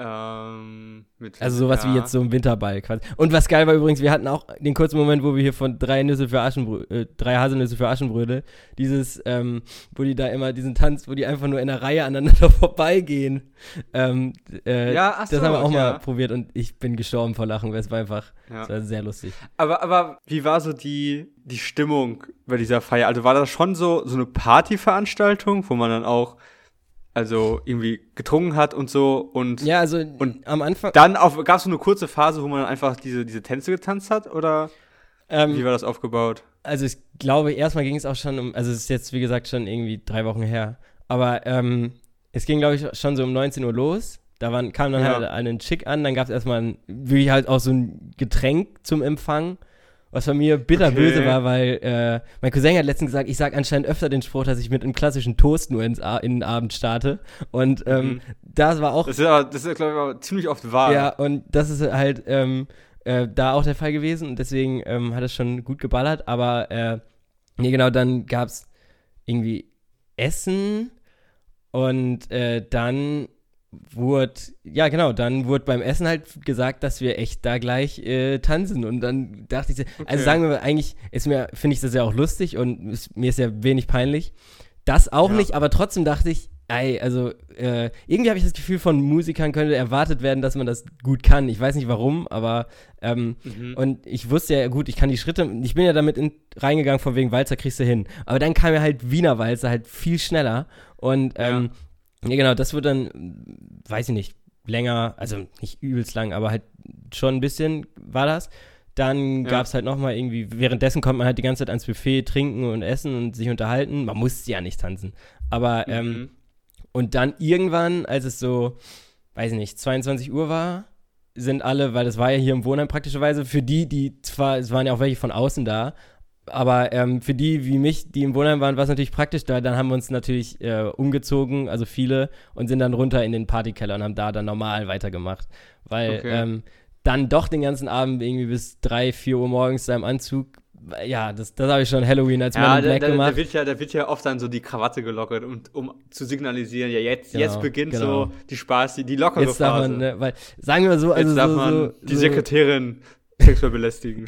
Also sowas wie jetzt so ein Winterball quasi. Und was geil war übrigens, wir hatten auch den kurzen Moment, wo wir hier von drei Haselnüsse für Aschenbrödel, dieses, wo die da immer diesen Tanz, wo die einfach nur in einer Reihe aneinander vorbeigehen. Das haben wir auch mal probiert und ich bin gestorben vor Lachen, weil es war einfach, es war sehr lustig. Aber wie war so die Stimmung bei dieser Feier? Also war das schon so eine Partyveranstaltung, wo man dann auch irgendwie getrunken hat und so und ja, also und am Anfang dann gab es so eine kurze Phase, wo man dann einfach diese Tänze getanzt hat oder wie war das aufgebaut? Also ich glaube, erstmal ging es auch schon also es ist jetzt wie gesagt schon irgendwie 3 Wochen her, aber es ging glaube ich schon so um 19 Uhr los, kam dann halt einen Chick an, dann gab es erstmal wirklich halt auch so ein Getränk zum Empfang, was von mir bitterböse war, weil mein Cousin hat letztens gesagt, ich sage anscheinend öfter den Spruch, dass ich mit einem klassischen Toast nur in den Abend starte. Und das war auch... Das ist glaube ich, ziemlich oft wahr. Ja, und das ist halt da auch der Fall gewesen. Und deswegen hat es schon gut geballert. Aber genau, dann gab es irgendwie Essen und dann wurde beim Essen halt gesagt, dass wir echt da gleich tanzen und dann dachte ich, also sagen wir mal, eigentlich finde ich das ja auch lustig und mir ist ja wenig peinlich, das auch nicht, aber trotzdem dachte ich, irgendwie habe ich das Gefühl, von Musikern könnte erwartet werden, dass man das gut kann, ich weiß nicht warum, aber und ich wusste ja, gut, ich kann die Schritte, ich bin ja damit reingegangen, von wegen Walzer kriegst du hin, aber dann kam ja halt Wiener Walzer halt viel schneller und ja, genau, das wird dann, weiß ich nicht, länger, also nicht übelst lang, aber halt schon ein bisschen war das. Dann gab es halt nochmal irgendwie, währenddessen konnte man halt die ganze Zeit ans Buffet trinken und essen und sich unterhalten. Man musste ja nicht tanzen. Aber, und dann irgendwann, als es so, weiß ich nicht, 22 Uhr war, sind alle, weil das war ja hier im Wohnheim praktischerweise, für es waren ja auch welche von außen da, aber für die wie mich, die im Wohnheim waren, war es natürlich praktisch da. Dann haben wir uns natürlich umgezogen, also viele, und sind dann runter in den Partykeller und haben da dann normal weitergemacht. Weil dann doch den ganzen Abend irgendwie bis 3, 4 Uhr morgens da im Anzug, ja, das habe ich schon Halloween als Man in Black gemacht. Da wird ja oft dann so die Krawatte gelockert, um zu signalisieren, ja, jetzt beginnt so die die lockere jetzt Phase. Darf man, ne, weil, sagen wir so, also jetzt darf man die Sekretärin sexuell belästigen.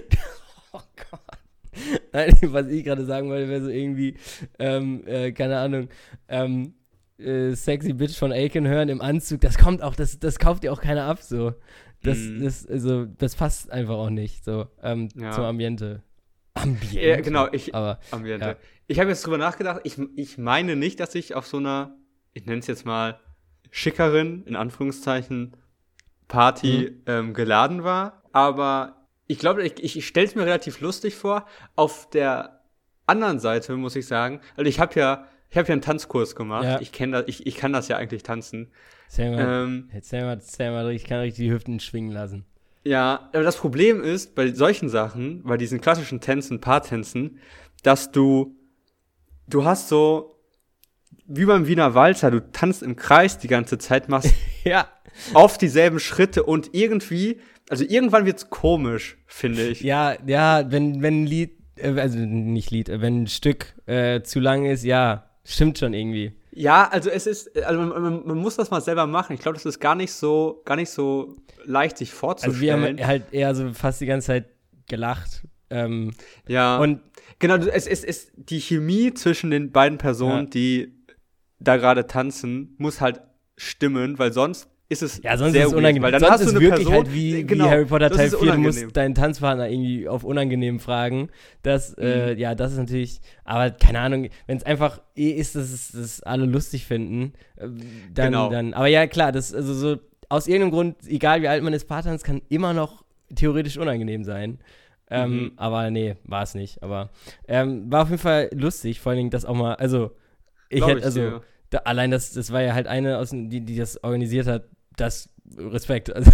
Oh Gott. Nein, was ich gerade sagen wollte, wäre so irgendwie, keine Ahnung, Sexy Bitch von Aiken hören im Anzug, das kommt auch, das kauft dir auch keiner ab, so. Das passt einfach auch nicht, so, zum Ambiente. Ja, genau, Ambiente. Ja. Ich habe jetzt drüber nachgedacht, ich meine nicht, dass ich auf so einer, ich nenne es jetzt mal, schickeren, in Anführungszeichen, Party geladen war, aber ich glaube, ich stelle es mir relativ lustig vor. Auf der anderen Seite muss ich sagen, also ich habe ja einen Tanzkurs gemacht. Ja. Ich kann das ja eigentlich tanzen. Erzähl mal, ich kann richtig die Hüften schwingen lassen. Ja, aber das Problem ist, bei solchen Sachen, bei diesen klassischen Tänzen, Paartänzen, dass du hast so, wie beim Wiener Walzer, du tanzt im Kreis die ganze Zeit, machst oft dieselben Schritte und irgendwann wird's komisch, finde ich. Ja, wenn ein Lied, wenn ein Stück zu lang ist, ja, stimmt schon irgendwie. Ja, also man muss das mal selber machen. Ich glaube, das ist gar nicht so leicht, sich vorzustellen. Also wir haben halt eher so fast die ganze Zeit gelacht. Ja, und genau, es ist die Chemie zwischen den beiden Personen, die da gerade tanzen, muss halt stimmen, weil sonst ist es sonst sehr ist es unangenehm. Weil dann sonst hast du ist eine wirklich Person, halt wie Harry Potter Teil 4, du musst deinen Tanzpartner irgendwie auf unangenehm fragen. Das ist natürlich, aber keine Ahnung, wenn es einfach ist, dass es alle lustig finden, dann, aber ja, klar, das, also so, aus irgendeinem Grund, egal wie alt man ist, Paartanz kann immer noch theoretisch unangenehm sein. Aber nee, war es nicht, aber war auf jeden Fall lustig, vor allen Dingen das auch mal, also, allein das war ja halt eine, die das organisiert hat, das Respekt. Also,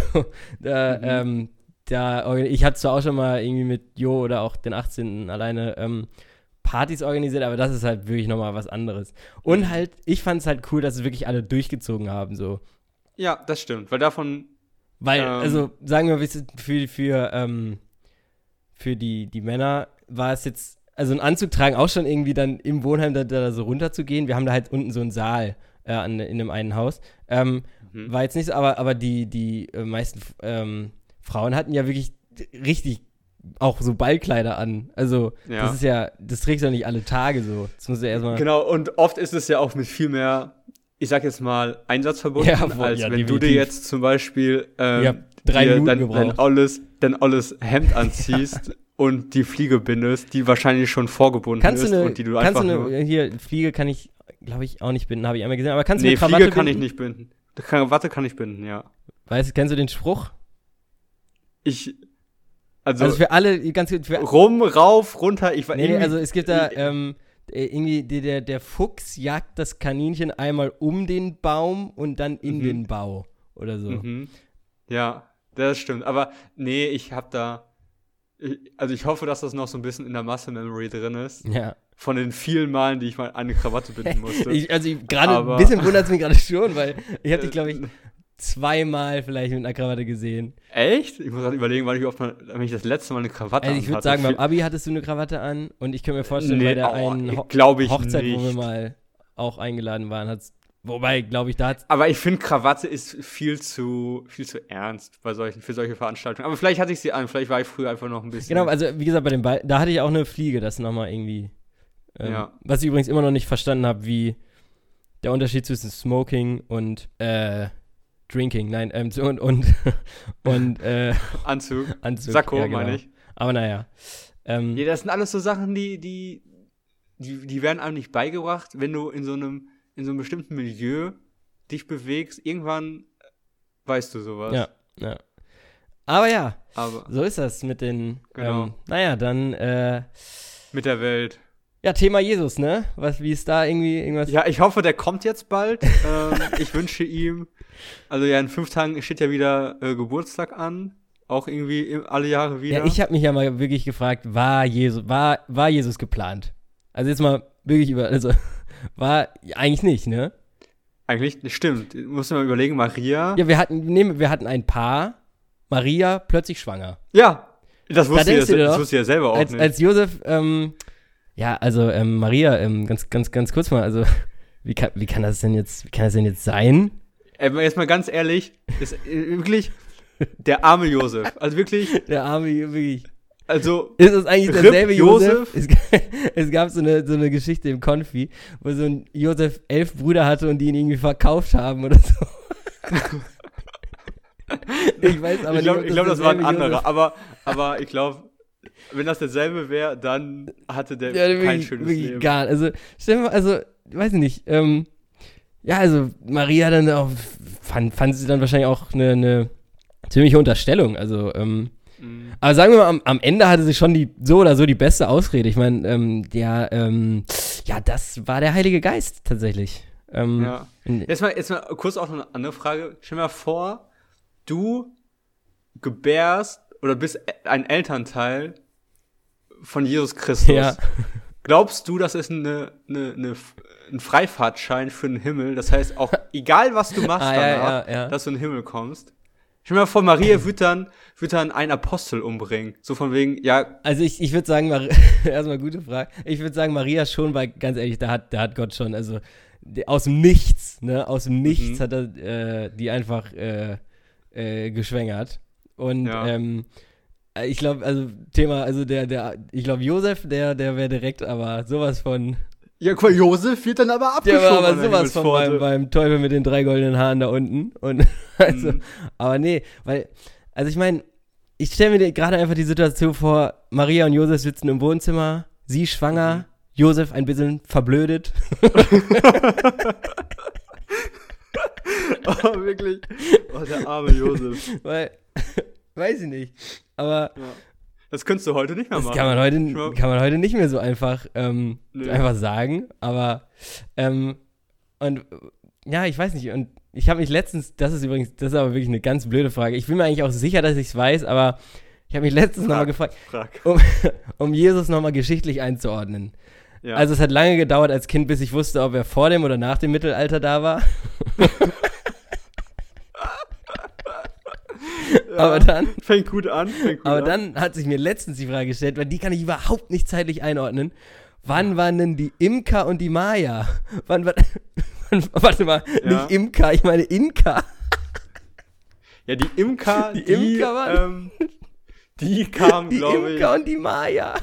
ich hatte zwar auch schon mal irgendwie mit Jo oder auch den 18. alleine Partys organisiert, aber das ist halt wirklich nochmal was anderes. Und halt, ich fand es halt cool, dass es wirklich alle durchgezogen haben, so. Ja, das stimmt, weil davon. Also, sagen wir mal, für die Männer war es jetzt, also ein Anzug tragen auch schon irgendwie dann im Wohnheim da so runterzugehen. Wir haben da halt unten so einen Saal in dem einen Haus. War jetzt nicht so, aber die meisten Frauen hatten ja wirklich richtig auch so Ballkleider an. Also das trägst du ja nicht alle Tage so. Das muss ja erstmal. Genau, und oft ist es ja auch mit viel mehr, ich sag jetzt mal, Einsatz verbunden, als wenn definitiv. Du dir jetzt zum Beispiel 3 Minuten gebraucht. dein olles Hemd anziehst und die Fliege bindest, die wahrscheinlich schon vorgebunden ist und die du einfach hier, Fliege kann ich, glaube ich, auch nicht binden, habe ich einmal gesehen, aber kannst du eine Krawatte Fliege kann ich nicht binden. Krawatte kann ich binden, ja. Kennst du den Spruch? Also für alle, rauf, runter, ich war also es gibt da, irgendwie der Fuchs jagt das Kaninchen einmal um den Baum und dann in den Bau oder so. Ja, das stimmt. Aber nee, ich hoffe, dass das noch so ein bisschen in der Muscle-Memory drin ist. Ja. Von den vielen Malen, die ich mal eine Krawatte binden musste. Gerade ein bisschen wundert es mich gerade schon, weil ich habe dich, glaube ich, 2-mal vielleicht mit einer Krawatte gesehen. Echt? Ich muss gerade überlegen, wenn ich das letzte Mal eine Krawatte hatte. Also ich würde sagen, beim Abi hattest du eine Krawatte an und ich könnte mir vorstellen, bei der einen Hochzeit, wo wir mal auch eingeladen waren, wobei, glaube ich, da hat's. Aber ich finde, Krawatte ist viel zu ernst für solche Veranstaltungen. Aber vielleicht hatte ich sie an, vielleicht war ich früher einfach noch ein bisschen. Genau, also wie gesagt, bei dem Ball, da hatte ich auch eine Fliege, das nochmal irgendwie. Was ich übrigens immer noch nicht verstanden habe, wie der Unterschied zwischen Smoking und Drinking, und Anzug. Sakko, ja, genau. Meine ich. Aber naja. Das sind alles so Sachen, die werden einem nicht beigebracht, wenn du in so einem bestimmten Milieu dich bewegst. Irgendwann weißt du sowas. Ja. Aber so ist das mit den, dann mit der Welt. Ja, Thema Jesus, ne? Wie ist da irgendwas? Ja, ich hoffe, der kommt jetzt bald. Ich wünsche ihm, also in 5 Tagen steht ja wieder Geburtstag an. Auch irgendwie alle Jahre wieder. Ja, ich habe mich ja mal wirklich gefragt, war Jesus geplant? Also jetzt mal wirklich war eigentlich nicht, ne? Eigentlich nicht, stimmt. Muss man mal überlegen, Maria. Ja, wir hatten ein Paar, Maria plötzlich schwanger. Ja, das wusste ich ja selber auch nicht. Als Josef, Maria, ganz kurz mal, also wie kann das denn jetzt sein? Jetzt mal ganz ehrlich, ist wirklich der arme Josef. Also wirklich. Der arme, wirklich. Also, ist es eigentlich derselbe Josef? Es gab so eine Geschichte im Konfi, wo so ein Josef 11 Brüder hatte und die ihn irgendwie verkauft haben oder so. Ich weiß aber nicht, ich glaube, das war ein anderer. Aber ich glaube, wenn das derselbe wäre, dann hatte der kein schönes Leben. Gar, also, stell dir mal, weiß ich nicht. Maria dann auch, fand sie dann wahrscheinlich auch eine ziemliche Unterstellung. Also, aber sagen wir mal, am Ende hatte sie schon so oder so die beste Ausrede. Ich meine, das war der Heilige Geist tatsächlich. Jetzt mal kurz auch noch eine andere Frage. Stell dir mal vor, du gebärst oder bist ein Elternteil von Jesus Christus. Ja. Glaubst du, das ist ein Freifahrtschein für den Himmel? Das heißt, auch egal was du machst danach, dass du in den Himmel kommst. Stell dir mal vor, Maria wird dann einen Apostel umbringen. So von wegen, ja. Also ich würde sagen, erstmal gute Frage. Ich würde sagen, Maria schon, weil ganz ehrlich, da hat Gott schon, also aus dem Nichts, ne? Aus dem Nichts hat er die einfach geschwängert. Und ich glaube, also Thema, also ich glaube, Josef, der wäre direkt, aber sowas von. Ja, guck mal, Josef wird dann aber abgeschoben. Der war aber sowas von beim Teufel mit den 3 goldenen Haaren da unten. Und also, aber nee, weil, also ich meine, ich stelle mir gerade einfach die Situation vor, Maria und Josef sitzen im Wohnzimmer, sie schwanger, Josef ein bisschen verblödet. Oh, wirklich. Oh, der arme Josef. Weil, weiß ich nicht, aber. Ja. Das könntest du heute nicht mehr machen. Das kann man heute nicht mehr so einfach, einfach sagen, aber, und, ja, ich weiß nicht, und ich habe mich letztens, das ist aber wirklich eine ganz blöde Frage, ich bin mir eigentlich auch sicher, dass ich es weiß, aber ich habe mich letztens nochmal gefragt, um Jesus nochmal geschichtlich einzuordnen. Ja. Also es hat lange gedauert als Kind, bis ich wusste, ob er vor dem oder nach dem Mittelalter da war. Ja, aber dann fängt gut an. Dann hat sich mir letztens die Frage gestellt, weil die kann ich überhaupt nicht zeitlich einordnen. Wann waren denn die Imker und die Maya? Warte mal, nicht Imker, ich meine Inka. Ja, die Imker waren. Die kamen, glaube ich. Die Imker und die Maya.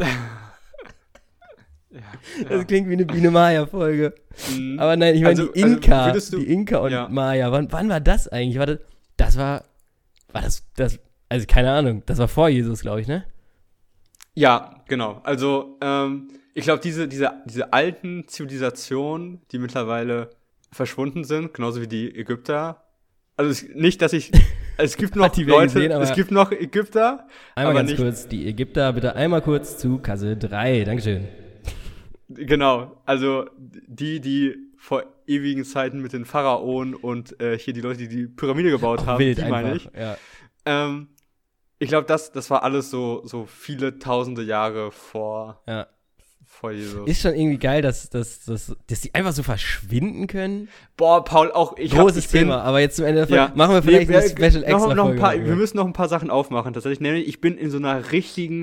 Das klingt wie eine Biene-Maya-Folge. Aber nein, ich meine die Inka. Die Inka und Maya. Wann war das eigentlich? War das, also keine Ahnung, das war vor Jesus, glaube ich, ne? Ja, genau. Also, ich glaube, diese alten Zivilisationen, die mittlerweile verschwunden sind, genauso wie die Ägypter. Also nicht, dass ich, es gibt noch Leute, es gibt noch Ägypter. Einmal ganz kurz, die Ägypter, bitte einmal kurz zu Kasse 3, Dankeschön. Genau, also die vor ewigen Zeiten mit den Pharaonen und hier die Leute, die Pyramide gebaut haben, wild die meine ich. Ja. Ich glaube, das war alles so viele tausende Jahre vor Jesus. Ist schon irgendwie geil, dass die einfach so verschwinden können. Boah, Paul, auch großes Thema, aber jetzt zum Ende der Folge machen wir vielleicht eine Special Extra Folge. Wir müssen noch ein paar Sachen aufmachen. Tatsächlich, nämlich ich bin in so einem richtigen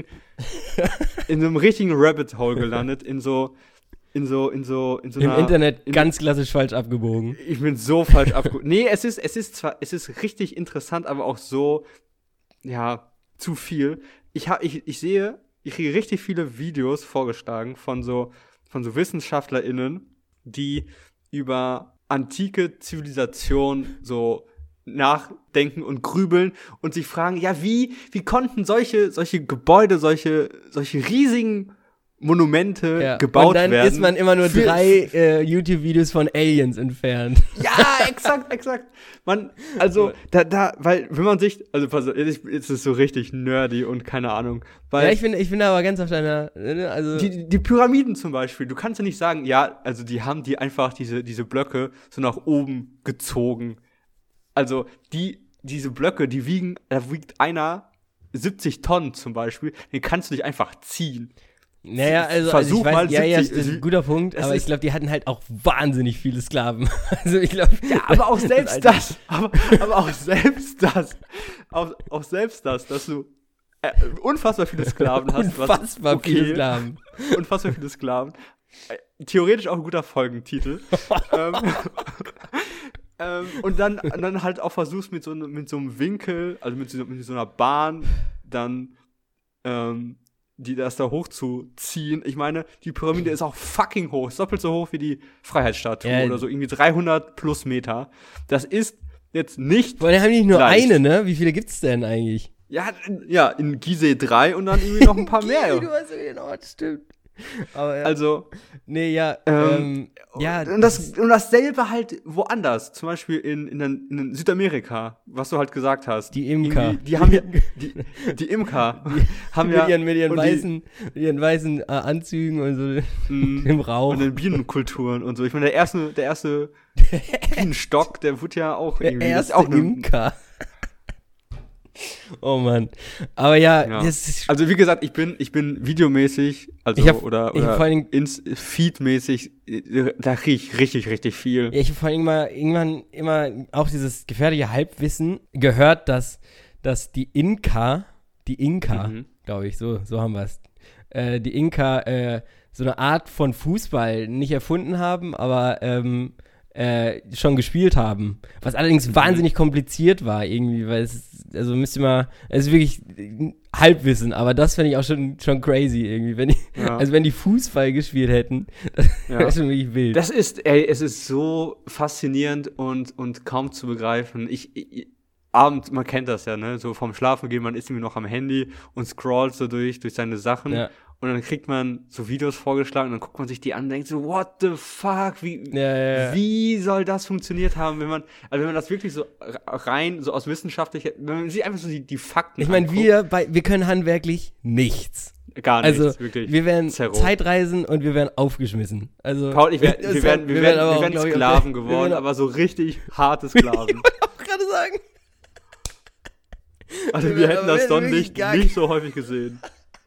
Rabbit Hole gelandet, in so Im einer, Internet ganz klassisch falsch abgebogen. Ich bin so falsch abgebogen. Nee, es ist richtig interessant, aber auch so, ja, zu viel. Ich kriege richtig viele Videos vorgeschlagen von so WissenschaftlerInnen, die über antike Zivilisation so nachdenken und grübeln und sich fragen, ja, wie konnten solche Gebäude, solche riesigen Monumente gebaut werden. Und dann ist man immer nur 3 YouTube-Videos von Aliens entfernt. Ja, exakt. Weil, wenn man sich, also pass auf, jetzt ist es so richtig nerdy und keine Ahnung. Weil ich finde aber ganz auf deiner, also. Die Pyramiden zum Beispiel, du kannst ja nicht sagen, ja, also die haben die einfach diese Blöcke so nach oben gezogen. Also, diese Blöcke, da wiegt einer 70 Tonnen zum Beispiel, den kannst du nicht einfach ziehen. Naja, also ich weiß, das ist ein guter Punkt, aber ich glaube, die hatten halt auch wahnsinnig viele Sklaven. Also ich glaube. Ja, aber auch selbst das. Aber auch selbst das. Auch selbst das, dass du unfassbar viele Sklaven hast. Unfassbar viele Sklaven. Theoretisch auch ein guter Folgentitel. Und dann halt auch versuchst mit so einem Winkel, also mit so einer Bahn, dann das da hochzuziehen. Ich meine, die Pyramide ist auch fucking hoch. Ist doppelt so hoch wie die Freiheitsstatue oder so. Irgendwie 300 plus Meter. Das ist jetzt nicht Weil die haben nicht nur leicht. Eine, ne? Wie viele gibt's denn eigentlich? Ja, in Gizeh 3 und dann irgendwie noch ein paar mehr. Du hast den Ort, stimmt. Aber Also. Nee, ja. Und dasselbe halt woanders. Zum Beispiel in Südamerika, was du halt gesagt hast. Die Imker. Die haben ja. Die Imker. Haben mit ihren weißen Anzügen und so im Rauch. Und den Bienenkulturen und so. Ich meine, der erste Bienenstock, der wird ja auch irgendwie. Der erste Imker. Oh Mann. Aber ja. Das ist also wie gesagt, ich bin videomäßig, oder Feed-mäßig, da kriege ich richtig, richtig viel. Ja, ich habe vor allem irgendwann immer auch dieses gefährliche Halbwissen gehört, dass die Inka, glaube ich, so haben wir es, die Inka so eine Art von Fußball nicht erfunden haben, aber schon gespielt haben. Was allerdings wahnsinnig kompliziert war irgendwie, weil es ist wirklich Halbwissen, aber das fände ich auch schon crazy irgendwie, wenn die Fußball gespielt hätten, das wäre schon wirklich wild. Es ist so faszinierend und kaum zu begreifen. Abends, man kennt das ja, ne, so vorm Schlafen gehen, man ist irgendwie noch am Handy und scrollt so durch seine Sachen. Ja. Und dann kriegt man so Videos vorgeschlagen und dann guckt man sich die an und denkt so, what the fuck, wie soll das funktioniert haben, wenn man das wirklich so rein, so aus wissenschaftlicher, wenn man sich einfach so die Fakten Ich meine, wir können handwerklich nichts. Gar nichts, also, wirklich. Wir werden Zeitreisen und wir werden aufgeschmissen. Also, Paul, wir werden Sklaven geworden, aber so richtig harte Sklaven. Ich wollte auch gerade sagen. Also wir hätten das doch nicht so häufig gesehen.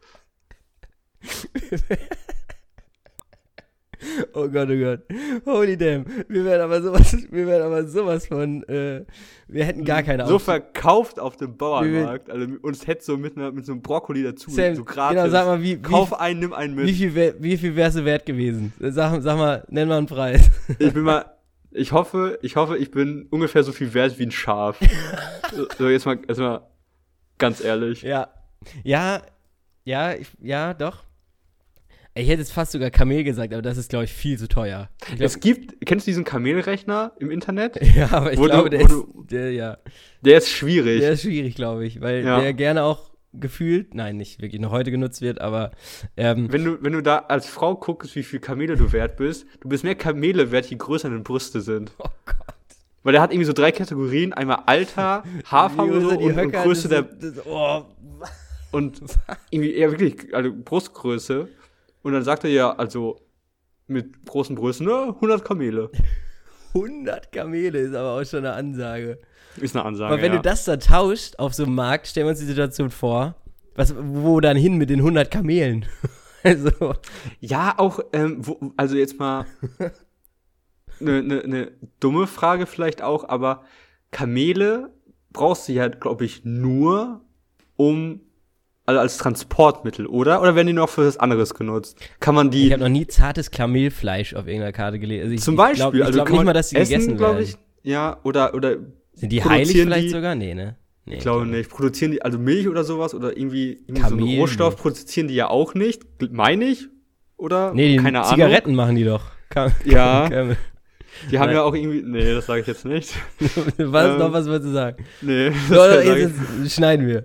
Oh Gott. Holy damn. Wir werden aber sowas von, wir hätten gar keine So verkauft auf dem Bauernmarkt. Also uns hätte so mit so einem Brokkoli dazu, Sam, so gratis. Genau, sag mal, Kauf einen, nimm einen mit. Wie viel wär's du wert gewesen? Sag mal, nenn mal einen Preis. Ich hoffe, ich bin ungefähr so viel wert wie ein Schaf. So, jetzt mal ganz ehrlich. Ja, doch. Ich hätte jetzt fast sogar Kamel gesagt, aber das ist, glaube ich, viel zu teuer. Kennst du diesen Kamelrechner im Internet? Ja, aber ich glaube, der ist schwierig. Der ist schwierig, glaube ich, weil der gerne auch gefühlt, nein, nicht wirklich noch heute genutzt wird, aber wenn du da als Frau guckst, wie viel Kamele du wert bist, du bist mehr Kamele wert, je größer deine Brüste sind. Oh Gott. Weil der hat irgendwie so 3 Kategorien, einmal Alter, Haarfarbe so, und Größe und irgendwie eher wirklich, also Brustgröße. Und dann sagt er ja, also mit großen Brüsten, 100 Kamele. 100 Kamele ist aber auch schon eine Ansage. Ist eine Ansage, aber wenn du das da tauscht auf so einem Markt, stellen wir uns die Situation vor, wo dann hin mit den 100 Kamelen? Also. Ja, auch, also jetzt mal eine dumme Frage vielleicht auch, aber Kamele brauchst du ja, glaube ich, nur als Transportmittel, oder? Oder werden die noch für was anderes genutzt? Kann man die... Ich habe noch nie zartes Kamelfleisch auf irgendeiner Karte gelesen. Also zum Beispiel. Ich glaube nicht mal, dass die gegessen werden. Ich, ja, oder sind die heilig vielleicht sogar? Nee, ne? Nee, ich glaube nicht. Produzieren die, also Milch oder sowas, oder irgendwie so einen Rohstoff produzieren die ja auch nicht, meine ich? Oder? Nee, keine Ahnung. Zigaretten machen die doch. Ja. Die haben ja auch irgendwie... Nee, das sage ich jetzt nicht. Was wolltest du sagen? Nee. Jetzt schneiden wir.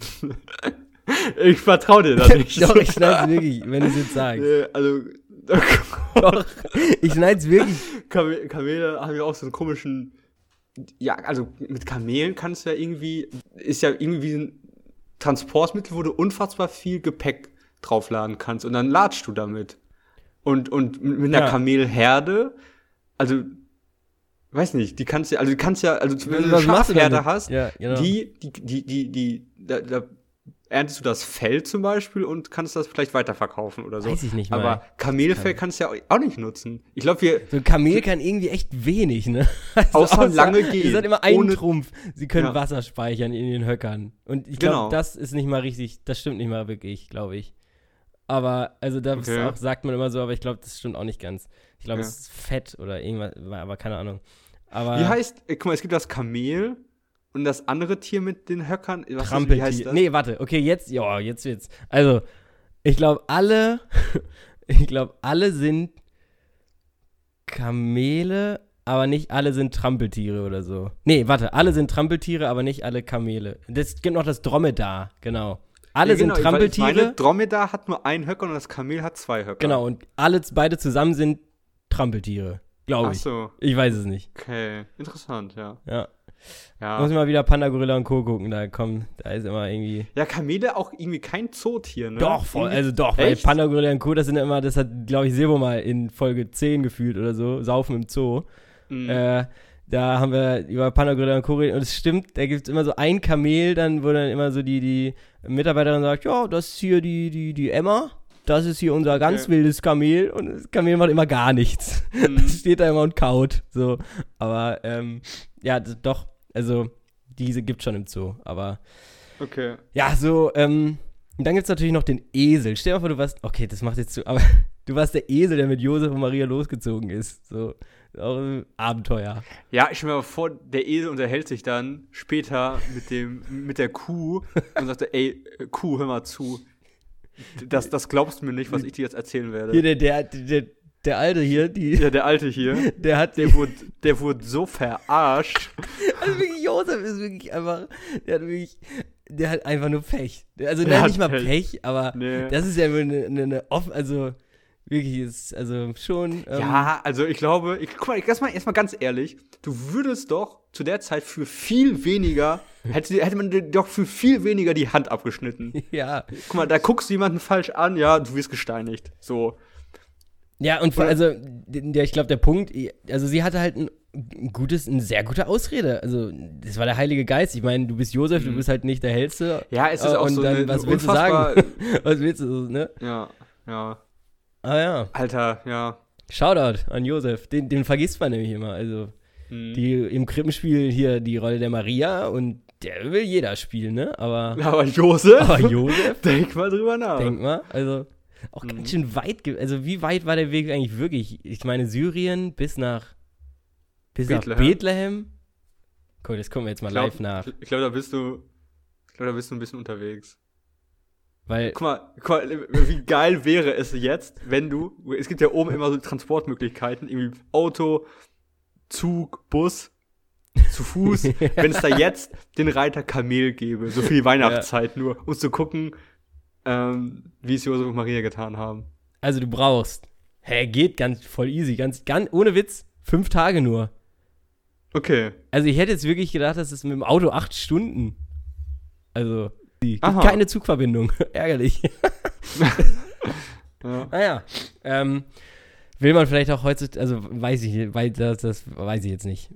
Ich vertraue dir da nicht. Doch, ich schneide es wirklich, wenn du es jetzt sagst. Nee, also... Doch, ich schneide es wirklich. Kamele haben ja auch so einen komischen... Ja, also mit Kamelen kannst du ja irgendwie... Ist ja irgendwie ein Transportmittel, wo du unfassbar viel Gepäck draufladen kannst. Und dann ladst du damit. Und mit einer Kamelherde... Also... Weiß nicht, wenn du eine Schafherde hast, ja, genau. Da erntest du das Fell zum Beispiel und kannst das vielleicht weiterverkaufen oder so. Weiß ich nicht mal. Aber Kamelfell kannst du ja auch nicht nutzen. Ich glaube, so ein Kamel kann irgendwie echt wenig, ne? Also außer lange gehen. Das hat immer einen Trumpf. Sie können Wasser speichern in den Höckern. Und ich glaube, das ist nicht mal richtig, das stimmt nicht mal wirklich, glaube ich. Aber, also das auch, sagt man immer so, aber ich glaube, das stimmt auch nicht ganz. Ich glaube, es ist Fett oder irgendwas, aber keine Ahnung. Aber wie heißt, guck mal, es gibt das Kamel und das andere Tier mit den Höckern. Trampeltier. Wie heißt das? Nee, warte, okay, jetzt wird's. Also, ich glaube, alle sind Kamele, aber nicht alle sind Trampeltiere oder so. Nee, warte, alle sind Trampeltiere, aber nicht alle Kamele. Es gibt noch das Dromedar, genau. Alle sind Trampeltiere. Ich meine, Dromedar hat nur einen Höcker und das Kamel hat 2 Höcker. Genau, und beide zusammen sind Trampeltiere, glaube ich. Ach so. Ich weiß es nicht. Okay, interessant, ja. Muss ich mal wieder Panda, Gorilla und Co. gucken, da ist immer irgendwie... Ja, Kamele auch irgendwie kein Zootier, ne? Doch, weil Panda, Gorilla und Co., das hat, glaube ich, Sebo mal in Folge 10 gefühlt oder so, Saufen im Zoo. Mhm. Da haben wir über Panda, Gorilla und Co. und es stimmt, da gibt es immer so ein Kamel, dann wo dann immer so die Mitarbeiterin sagt, ja, das ist hier die Emma, das ist hier unser ganz wildes Kamel und das Kamel macht immer gar nichts. Das steht da immer und kaut, so. Aber, doch, also diese gibt's schon im Zoo, aber ja, so, und dann gibt's natürlich noch den Esel. Stell dir mal vor, okay, das macht jetzt zu, aber Du warst der Esel, der mit Josef und Maria losgezogen ist. So, auch ein Abenteuer. Ja, ich stelle mir mal vor, der Esel unterhält sich dann später mit der Kuh und sagt, ey, Kuh, hör mal zu. Das glaubst du mir nicht, was ich dir jetzt erzählen werde. Hier, der Alte hier, Ja, der Alte hier, der wurde so verarscht. Also wirklich, Josef ist wirklich einfach, der hat einfach nur Pech. Also nein, nicht mal Pech, aber das ist ja eine offen, also wirklich ist, also schon. Ja, also ich glaube, guck mal, erstmal ganz ehrlich, du würdest doch zu der Zeit für viel weniger, hätte man dir doch für viel weniger die Hand abgeschnitten. Ja. Guck mal, da guckst du jemanden falsch an, ja, du wirst gesteinigt. So. Ja, und ich glaube, der Punkt, also sie hatte halt eine sehr gute Ausrede. Also, das war der Heilige Geist. Ich meine, du bist Josef, du bist halt nicht der Hellste. Ja, es ist auch und so dann, was willst du sagen? Was willst du, ne? Ja. Ah ja. Alter, ja. Shoutout an Josef. Den vergisst man nämlich immer. Also, die im Krippenspiel hier die Rolle der Maria und der will jeder spielen, ne? Aber Josef? Denk mal drüber nach. Denk mal, also auch ganz schön weit, also wie weit war der Weg eigentlich wirklich? Ich meine, Syrien bis nach Bethlehem. Cool, das kommen wir jetzt mal live nach. Ich glaube, da bist du ein bisschen unterwegs. Weil, guck mal, wie geil wäre es jetzt, wenn es gibt ja oben immer so Transportmöglichkeiten, irgendwie Auto, Zug, Bus, zu Fuß, wenn es da jetzt den Reiter Kamel gäbe, so für die Weihnachtszeit nur, um zu gucken, wie es Josef und Maria getan haben. Also du brauchst, geht ganz voll easy, ganz ohne Witz, 5 Tage nur. Okay. Also ich hätte jetzt wirklich gedacht, das ist mit dem Auto 8 Stunden. Also, gibt keine Zugverbindung. Ärgerlich. Ja. Naja, will man vielleicht auch heutzutage, also weiß ich, weil das weiß ich jetzt nicht.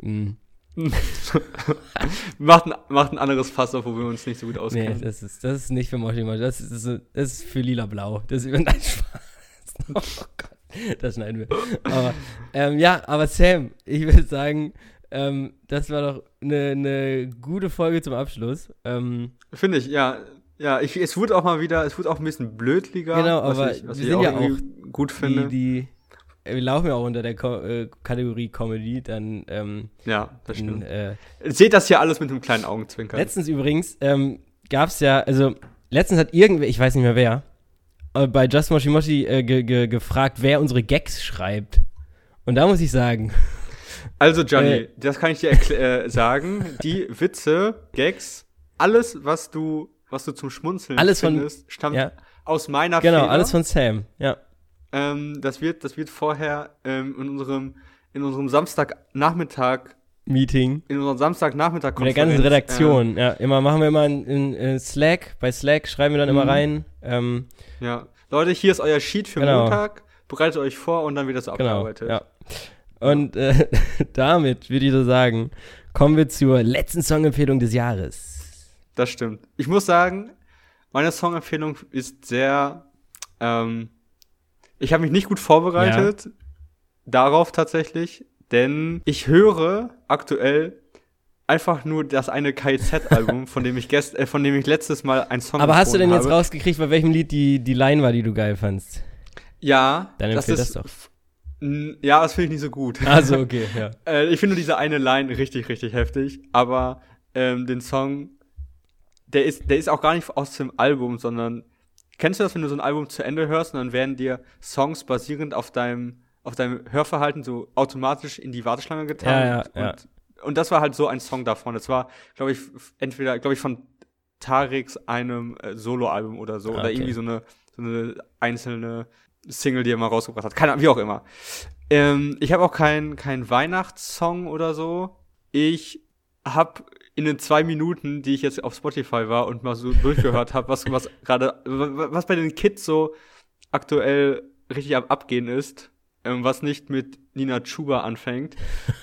macht ein anderes Fass auf, wo wir uns nicht so gut auskennen. Nee, das ist nicht für Moshi, das ist für Lila-Blau. Das ist nein, Spaß. Oh Gott, das schneiden wir. Aber, aber Sam, ich würde sagen, das war doch eine gute Folge zum Abschluss. Finde ich, ja. Ja, es wurde auch ein bisschen blödliger. Genau, aber was wir ich sind auch ja auch gut finde. Wir laufen ja auch unter der Kategorie Comedy, dann ja, das stimmt. Seht das hier alles mit einem kleinen Augenzwinkern. Letztens übrigens gab's ja, also letztens hat irgendwer, ich weiß nicht mehr wer, bei Just Moshi Moshi gefragt, wer unsere Gags schreibt. Und da muss ich sagen. Also Gianni, das kann ich dir sagen. Die Witze, Gags, alles, was du zum Schmunzeln findest, stammt aus meiner Feder. Genau, alles von Sam, ja. Das wird vorher in unserem Samstagnachmittag Meeting. In unserem Samstagnachmittag-Konferenz. Mit der ganzen Redaktion, machen wir immer in Slack. Bei Slack schreiben wir dann immer rein. Ja, Leute, hier ist euer Sheet für Montag. Bereitet euch vor und dann wird das so abgearbeitet. Ja. Und damit würde ich so sagen, kommen wir zur letzten Songempfehlung des Jahres. Das stimmt. Ich muss sagen, meine Songempfehlung ist sehr, ich habe mich nicht gut vorbereitet darauf tatsächlich, denn ich höre aktuell einfach nur das eine KIZ-Album, von dem ich letztes Mal einen Song Aber hast du denn jetzt rausgekriegt, bei welchem Lied die Line war, die du geil fandst? Ja. Dann empfehl das doch. Ja, das finde ich nicht so gut. Also okay, ja. Ich finde nur diese eine Line richtig, richtig heftig, aber den Song, der ist auch gar nicht aus dem Album, sondern kennst du das, wenn du so ein Album zu Ende hörst und dann werden dir Songs basierend auf deinem Hörverhalten so automatisch in die Warteschlange getan? Und das war halt so ein Song davon. Das war, glaube ich, von Tariks einem Soloalbum oder so. Oder irgendwie so eine einzelne Single, die er mal rausgebracht hat. Keine Ahnung, wie auch immer. Ich habe auch kein Weihnachtssong oder so. Ich habe in den 2 Minuten, die ich jetzt auf Spotify war und mal so durchgehört habe, was bei den Kids so aktuell richtig am Abgehen ist, was nicht mit Nina Chuba anfängt,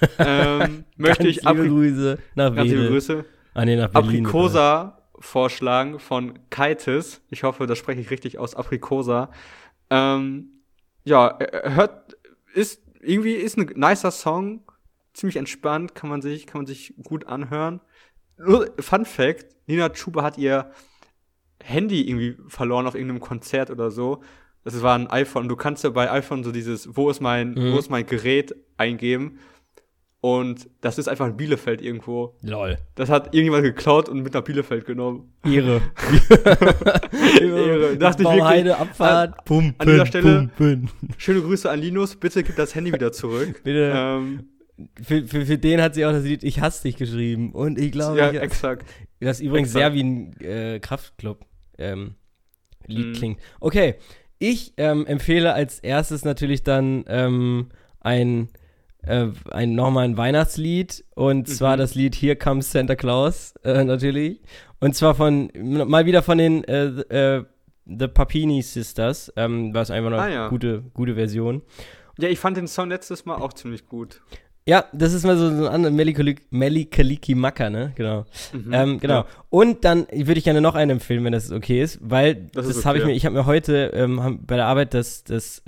möchte ich Grüße nach Grüße. Nach Berlin. Aprikosa vorschlagen von Kaitis. Ich hoffe, das spreche ich richtig aus. Aprikosa. Ist ein nicer Song, ziemlich entspannt, kann man sich gut anhören. Nur Fun Fact, Nina Chuba hat ihr Handy irgendwie verloren auf irgendeinem Konzert oder so Es war ein iPhone. Du kannst ja bei iPhone so dieses, wo ist mein Gerät eingeben. Und das ist einfach in Bielefeld irgendwo. Lol. Das hat irgendjemand geklaut und mit nach Bielefeld genommen. Ehre. Dachte ich wirklich. Abfahrt. An dieser Stelle, schöne Grüße an Linus. Bitte gib das Handy wieder zurück. Bitte. Für den hat sie auch das Lied Ich hasse dich geschrieben. Und ich glaube, ja, exakt. Das übrigens sehr wie ein Kraftclub Lied klingt. Okay, ich empfehle als erstes natürlich dann nochmal ein Weihnachtslied, und zwar das Lied Here Comes Santa Claus, natürlich. Und zwar mal wieder von den The Papini Sisters, war es einfach eine gute Version. Ja, ich fand den Song letztes Mal auch ziemlich gut. Ja, das ist mal so ein anderer Melli Kalikimaka, ne? Genau. Genau. Ja. Und dann würde ich gerne noch einen empfehlen, wenn das okay ist, weil ich habe mir heute bei der Arbeit das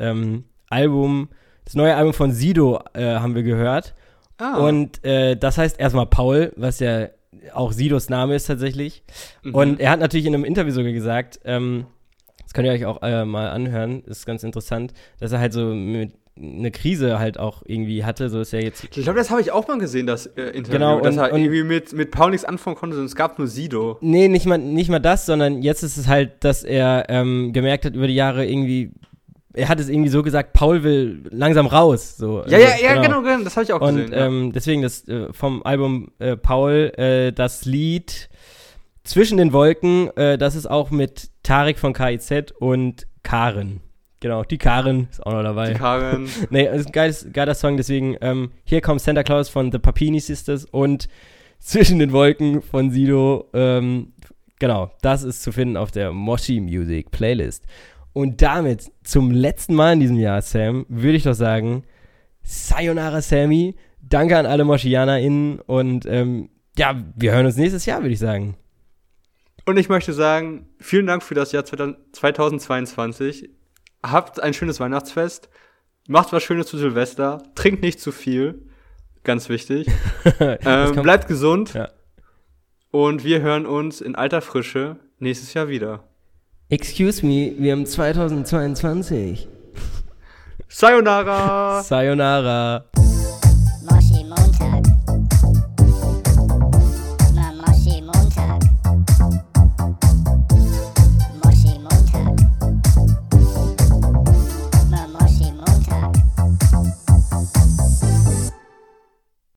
neue Album von Sido haben wir gehört. Und das heißt erstmal Paul, was ja auch Sidos Name ist tatsächlich. Und er hat natürlich in einem Interview sogar gesagt, das könnt ihr euch auch mal anhören, ist ganz interessant, dass er halt so eine Krise halt auch irgendwie hatte, so ist er jetzt. Ich glaube, das habe ich auch mal gesehen, das Interview, genau, dass er irgendwie mit Paul nichts anfangen konnte, sondern es gab nur Sido. Nee, nicht mal das, sondern jetzt ist es halt, dass er gemerkt hat über die Jahre irgendwie, er hat es irgendwie so gesagt, Paul will langsam raus. So. Ja, genau, das habe ich auch gesehen. Und deswegen das vom Album Paul, das Lied Zwischen den Wolken, das ist auch mit Tarek von KIZ und Karen. Genau, die Karen ist auch noch dabei. Die Karen. Nee, ist ein geiler Song, deswegen Here Comes Santa Claus von The Papini Sisters und Zwischen den Wolken von Sido. Genau, das ist zu finden auf der Moshi Music Playlist. Und damit zum letzten Mal in diesem Jahr, Sam, würde ich doch sagen, Sayonara Sammy, danke an alle MoschianerInnen und wir hören uns nächstes Jahr, würde ich sagen. Und ich möchte sagen, vielen Dank für das Jahr 2022. Habt ein schönes Weihnachtsfest, macht was Schönes zu Silvester, trinkt nicht zu viel, ganz wichtig. Bleibt gesund und wir hören uns in alter Frische nächstes Jahr wieder. Excuse me, wir haben 2022. Sayonara! Sayonara!